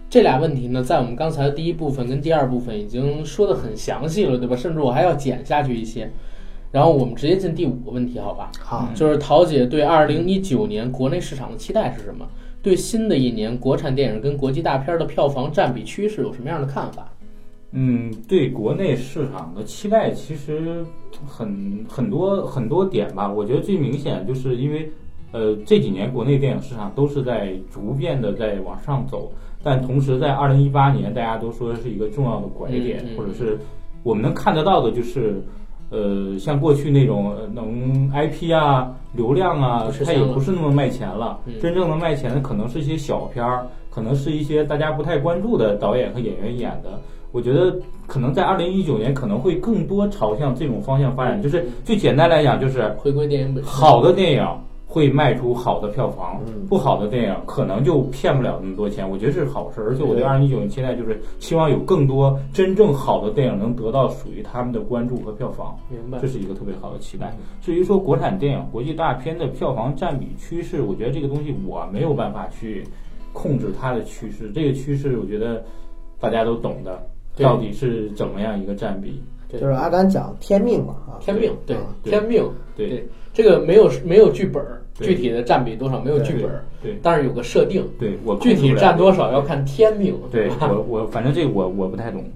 这俩问题呢，在我们刚才的第一部分跟第二部分已经说得很详细了，对吧？甚至我还要减下去一些。然后我们直接进第5个问题，好吧？ 好， 就是桃姐对2019年国内市场的期待是什么？对新的一年国产电影跟国际大片的票房占比趋势有什么样的看法？ 对国内市场的期待其实很多点吧。我觉得最明显就是因为这几年国内电影市场都是在逐渐的在往上走，但同时在2018年大家都说是一个重要的拐点，或者是我们能看得到的就是像过去那种能 IP 啊流量啊，它也不是那么卖钱了。真正的卖钱的可能是一些小片儿，可能是一些大家不太关注的导演和演员演的。我觉得可能在2019年可能会更多朝向这种方向发展。就是最简单来讲，就是回归电影本身， 好的电影会卖出好的票房，不好的电影可能就骗不了那么多钱。我觉得这是好事，而且我对2019年期待就是希望有更多真正好的电影能得到属于他们的关注和票房。 明白， 这是一个特别好的期待。至于说国产电影、国际大片的票房占比趋势，我觉得这个东西我没有办法去控制它的趋势。这个趋势我觉得大家都懂的，到底是怎么样一个占比？ 就是阿甘讲天命嘛， 天命，对，天命， 对。 这个没有剧本，具体的占比多少没有剧本， 对， 但是有个设定， 对，我具体占多少要看天命， 对，我反正这个我不太懂。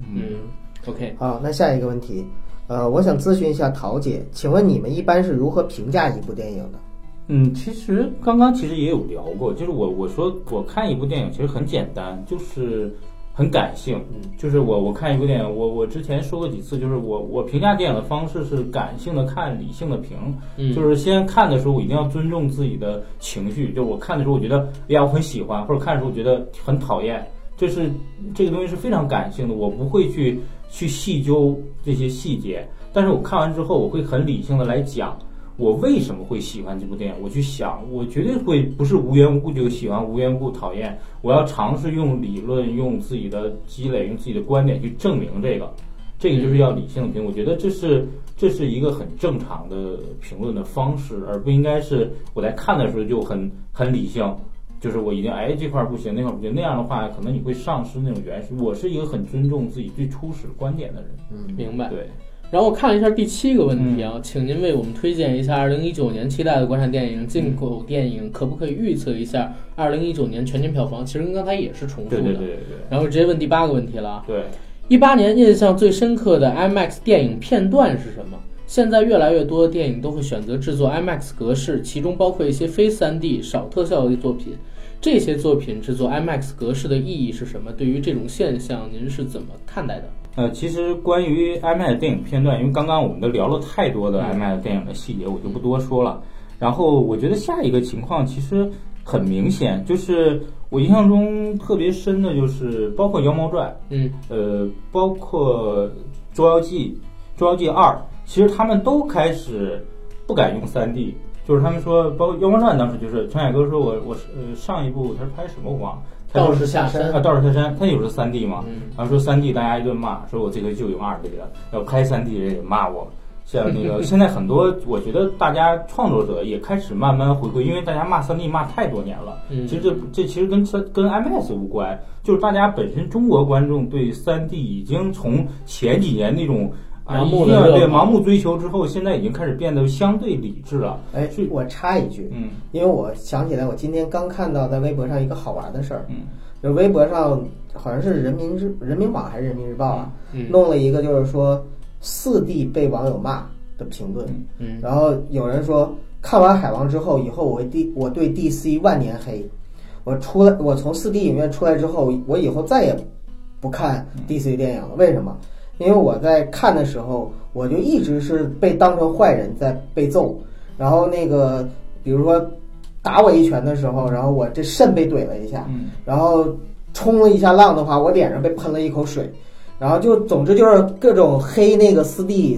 OK， 好，那下一个问题，我想咨询一下桃姐，请问你们一般是如何评价一部电影的？ 其实刚刚也有聊过，就是我说我看一部电影其实很简单，就是很感性。就是我看一部电影，我之前说过几次，就是我评价电影的方式是感性的看，理性的评。就是先看的时候，我一定要尊重自己的情绪。就我看的时候，我觉得哎呀我很喜欢，或者看的时候我觉得很讨厌，这个东西是非常感性的，我不会去细究这些细节。但是我看完之后，我会很理性的来讲我为什么会喜欢这部电影。我去想，我绝对会不是无缘无故就喜欢，无缘无故讨厌。我要尝试用理论，用自己的积累，用自己的观点去证明这个就是要理性的评。我觉得这是一个很正常的评论的方式，而不应该是我在看的时候就很理性，就是我一定这块不行，那块不行，那样的话可能你会丧失那种原始。我是一个很尊重自己最初始观点的人。 明白。 对。 然后我看了一下第7个问题啊，请您为我们推荐一下2019年期待的国产电影、进口电影，可不可以预测一下2019年全年票房？其实跟刚才也是重复的。 对。 然后直接问第8个问题了。 对。 18年印象最深刻的 IMAX 电影片段是什么？现在越来越多的电影都会选择制作 IMAX 格式，其中包括一些非 3D 少特效的作品。这些作品制作 IMAX 格式的意义是什么？对于这种现象，您是怎么看待的？ 其实关于 IMAX 电影片段，因为刚刚我们都聊了太多的 IMAX 电影的细节，我就不多说了。然后我觉得下一个情况其实很明显，就是我印象中特别深的就是包括《妖猫传》，包括《捉妖记》2，其实他们都开始不敢用 3D。就是他们说，包括《妖猫传》当时就是陈凯歌说我上一部他是拍什么我忘了， 道士下山道士下山，他有是 3D 嘛，然后说 3D 大家一顿骂，说我这个就用2D 的，要拍 3D 人也骂我。像那个现在很多我觉得大家创作者也开始慢慢回归，因为大家骂 3D 骂太多年了。其实这其实跟 IMAX 无关，就是大家本身中国观众对 3D 已经从前几年那种盲目追求之后，现在已经开始变得相对理智了。 我插一句，因为我想起来，我今天刚看到在微博上一个好玩的事儿，就微博上好像是人民网还是人民日报啊，弄了一个就是说4D 被网友骂的评论，然后有人说看完海王之后，以后我对 DC 万年黑，我从4D 影院出来之后，我以后再也不看 DC 电影了。为什么？因为我在看的时候，我就一直是被当成坏人在被揍，然后那个比如说打我一拳的时候，然后我这肾被怼了一下，然后冲了一下浪的话，我脸上被喷了一口水，然后总之就是各种黑那个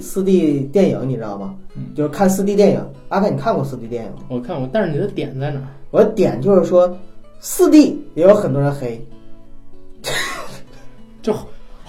4D 电影，你知道吗？就是看4D 电影。阿凯，你看过4D 电影吗？ 我看过，但是你的点在哪儿？ 我的点就是说4D 也有很多人黑， 就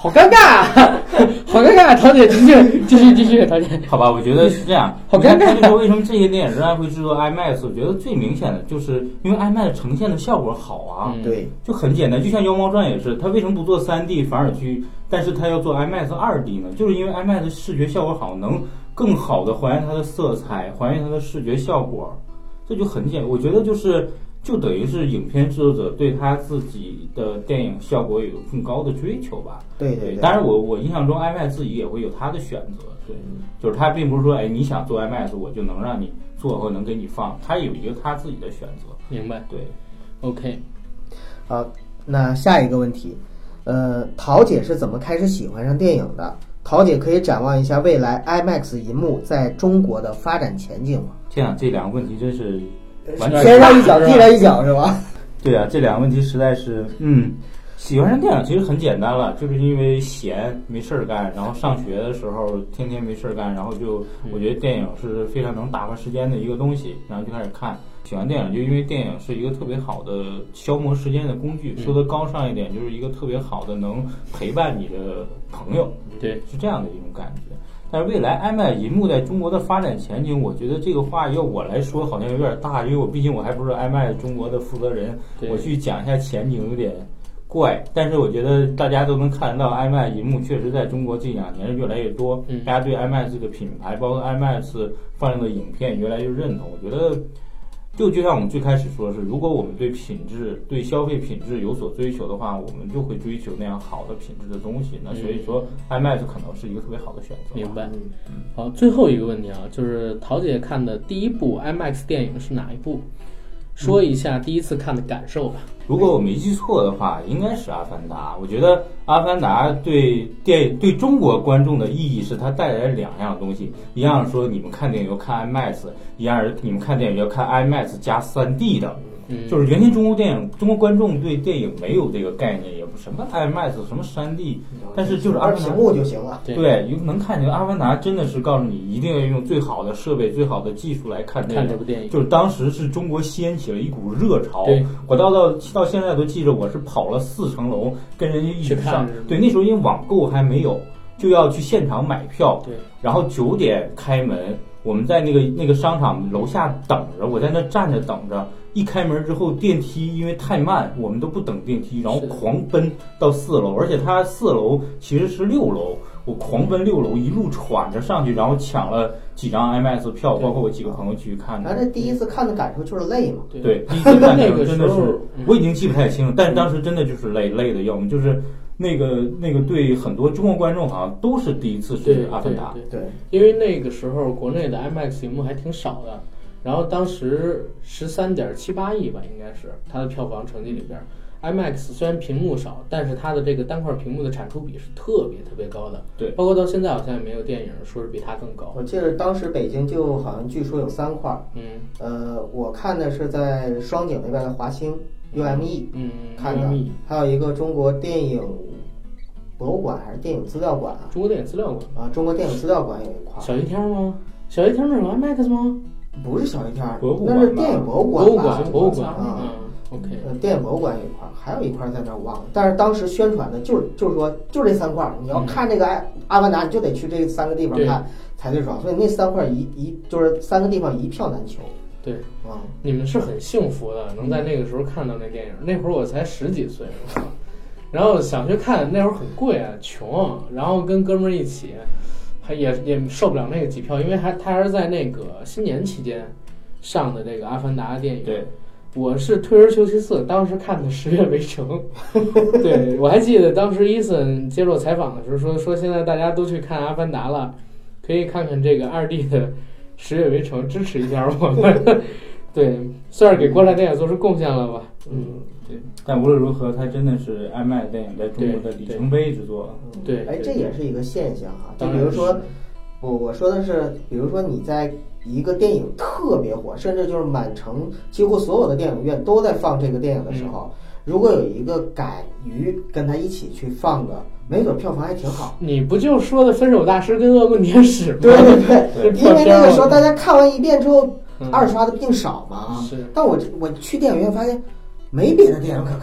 好尴尬啊，好尴尬啊！桃姐继续，桃姐。 好吧，我觉得是这样。 好尴尬。 你说为什么这些电影仍然会制作 IMAX？ 我觉得最明显的就是因为 IMAX 呈现的效果好啊。 对， 就很简单，就像《妖猫传》也是，它为什么不做3D 反而但是它要做 IMAX 2D 呢？就是因为 IMAX 的视觉效果好，能更好的还原它的色彩，还原它的视觉效果，这就很简单。我觉得就等于是影片制作者对他自己的电影效果有更高的追求吧。 对。 当然我印象中 IMAX 自己也会有他的选择，对，就是他并不是说你想做 IMAX 我就能让你做或能给你放，他有一个他自己的选择。 明白？ 对 ，OK。 好，那下一个问题，桃姐是怎么开始喜欢上电影的？桃姐可以展望一下未来 IMAX 银幕在中国的发展前景吗？ 这两个问题真是完全天上一脚地上一脚是吧？ 对啊，这两个问题实在是，喜欢上电影其实很简单了，就是因为闲没事儿干，然后上学的时候天天没事儿干，然后我觉得电影是非常能打发时间的一个东西，然后就开始看。喜欢电影就因为电影是一个特别好的消磨时间的工具，说的高尚一点，就是一个特别好的能陪伴你的朋友， 对， 是这样的一种感觉。但是未来 IMAX 银幕在中国的发展前景，我觉得这个话要我来说好像有点大，因为毕竟我还不是 IMAX 中国的负责人，我去讲一下前景有点怪。但是我觉得大家都能看得到 IMAX 银幕确实在中国近2年越来越多，大家对 IMAX 这个品牌，包括 IMAX 放映的影片越来越认同。我觉得就像我们最开始说的是，如果我们对品质、对消费品质有所追求的话，我们就会追求那样好的品质的东西。那所以说 IMAX 可能是一个特别好的选择。 明白。好，最后一个问题啊，就是桃姐看的第一部 IMAX 电影是哪一部？说一下第一次看的感受吧。 如果我没记错的话，应该是《阿凡达》。我觉得《阿凡达》对中国观众的意义是它带来了2样东西，一样说你们看电影要看 IMAX， 一样你们看电影要看 IMAX 加 3D 的。就是原先中国观众对电影没有这个概念，也不什么 IMAX 什么3D， 但是就是阿凡达屏幕就行了。 对，能看见阿凡达真的是告诉你一定要用最好的设备、最好的技术来看这部电影。 就是当时是中国掀起了一股热潮。我到现在都记着，我是跑了4层楼跟人家一起上。对，那时候因为网购还没有，就要去现场买票。 对， 然后9点开门，我们在那个商场楼下等着，我在那站着等着。一开门之后，电梯因为太慢，我们都不等电梯，然后狂奔到4楼，而且它4楼其实是6楼，我狂奔6楼，一路喘着上去，然后抢了几张 IMAX 票，包括我几个朋友去看的。 这第一次看的感受就是累嘛。 对，第一次看的时候真的是，我已经记不太清了，但是当时真的就是累的要么就是那个对很多中国观众好像都是第一次是阿凡达。 对， 因为那个时候国内的 IMAX 荧幕还挺少的。然后当时13.78亿吧，应该是它的票房成绩里边 ，IMAX 虽然屏幕少，但是它的这个单块屏幕的产出比是特别高的。 对， 包括到现在好像也没有电影说是比它更高。 我记得当时北京就好像据说有3块。我看的是在双井那边的华星 UME 看的，还有一个中国电影博物馆还是电影资料馆啊？ 中国电影资料馆啊，中国电影资料馆有一块。 小一天吗？小一天那是 IMAX 吗？ 不是小一天， 那是电影博物馆啊。OK， 电影博物馆有一块，还有一块在那儿忘了。但是当时宣传的就是说就这3块，你要看这个阿凡达，你就得去这3个地方看才最爽。所以那3块就是3个地方一票难求。 对，你们是很幸福的，能在那个时候看到那电影。那会儿我才10几岁，然后想去看，那会儿很贵啊，穷，然后跟哥们儿一起。也受不了那个机票，因为他还是在那个新年期间上的这个《阿凡达》电影。 对， 我是退而求其次，当时看的《十月围城》。对，我还记得当时伊森接受采访的时候说现在大家都去看《阿凡达》了，可以看看这个2D 的《十月围城》，支持一下我们。对，算是给国产电影做出贡献了吧。 对，但无论如何，它真的是 IMAX 电影在中国的里程碑之作。 对， 这也是一个现象哈。就比如说，我说的是，比如说你在一个电影特别火，甚至就是满城几乎所有的电影院都在放这个电影的时候，如果有一个敢于跟他一起去放的，没准票房还挺好。 你不就说的《分手大师》跟《恶棍天使》吗？ 对，因为那个时候大家看完一遍之后，二刷的并少嘛。 是。 但我去电影院发现。没别的电影可看了，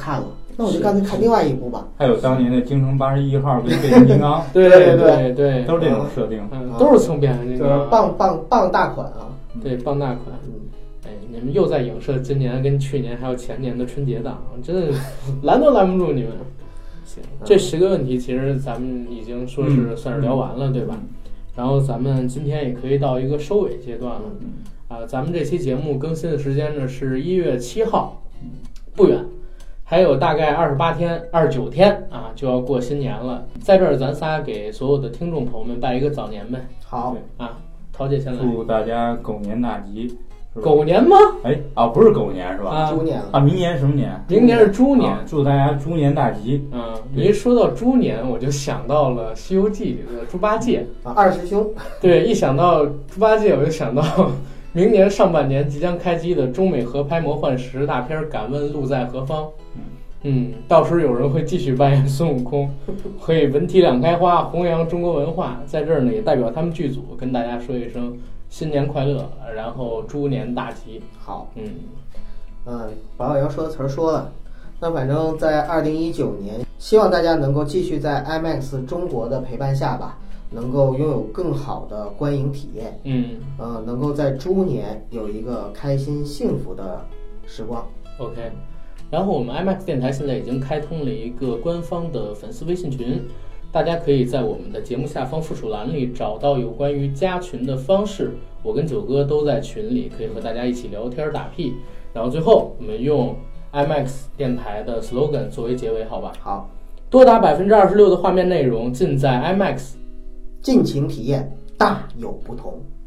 那我就干脆看另外一部吧。 还有当年的京城81号跟变形金刚， 对对， 都是这种设定， 都是从变形金刚， 棒大款啊， 对，棒大款。哎，你们又在影射今年跟去年还有前年的春节档，真的拦都拦不住你们。行，这10个问题其实咱们已经说是算是聊完了，对吧？然后咱们今天也可以到一个收尾阶段了。咱们这期节目更新的时间呢是1月7号，不远，还有大概28天、29天啊，就要过新年了。在这儿，咱仨给所有的听众朋友们拜一个早年呗。 好啊，陶姐先来。 祝大家狗年大吉。 狗年吗？ 哎啊，不是狗年是吧？ 猪年啊，明年什么年？ 明年是猪年。 祝大家猪年大吉。 你一说到猪年，我就想到了《西游记》里的猪八戒啊，二师兄。对， 一想到猪八戒，我就想到明年上半年即将开机的中美合拍魔幻10大片《敢问路在何方》。到时候有人会继续扮演孙悟空，会文体两开花，弘扬中国文化。在这儿呢，也代表他们剧组跟大家说一声新年快乐，然后猪年大吉。 好，把我要说的词儿说了。那反正在2019年，希望大家能够继续在 IMAX 中国的陪伴下吧，能够拥有更好的观影体验。能够在猪年有一个开心幸福的时光。 OK。然后我们 IMAX 电台现在已经开通了一个官方的粉丝微信群，大家可以在我们的节目下方附属栏里找到有关于加群的方式，我跟九哥都在群里，可以和大家一起聊天打屁。然后最后我们用 IMAX 电台的 slogan 作为结尾，好吧？ 好， 多达26%的画面内容尽在 IMAX， 尽情体验，大有不同。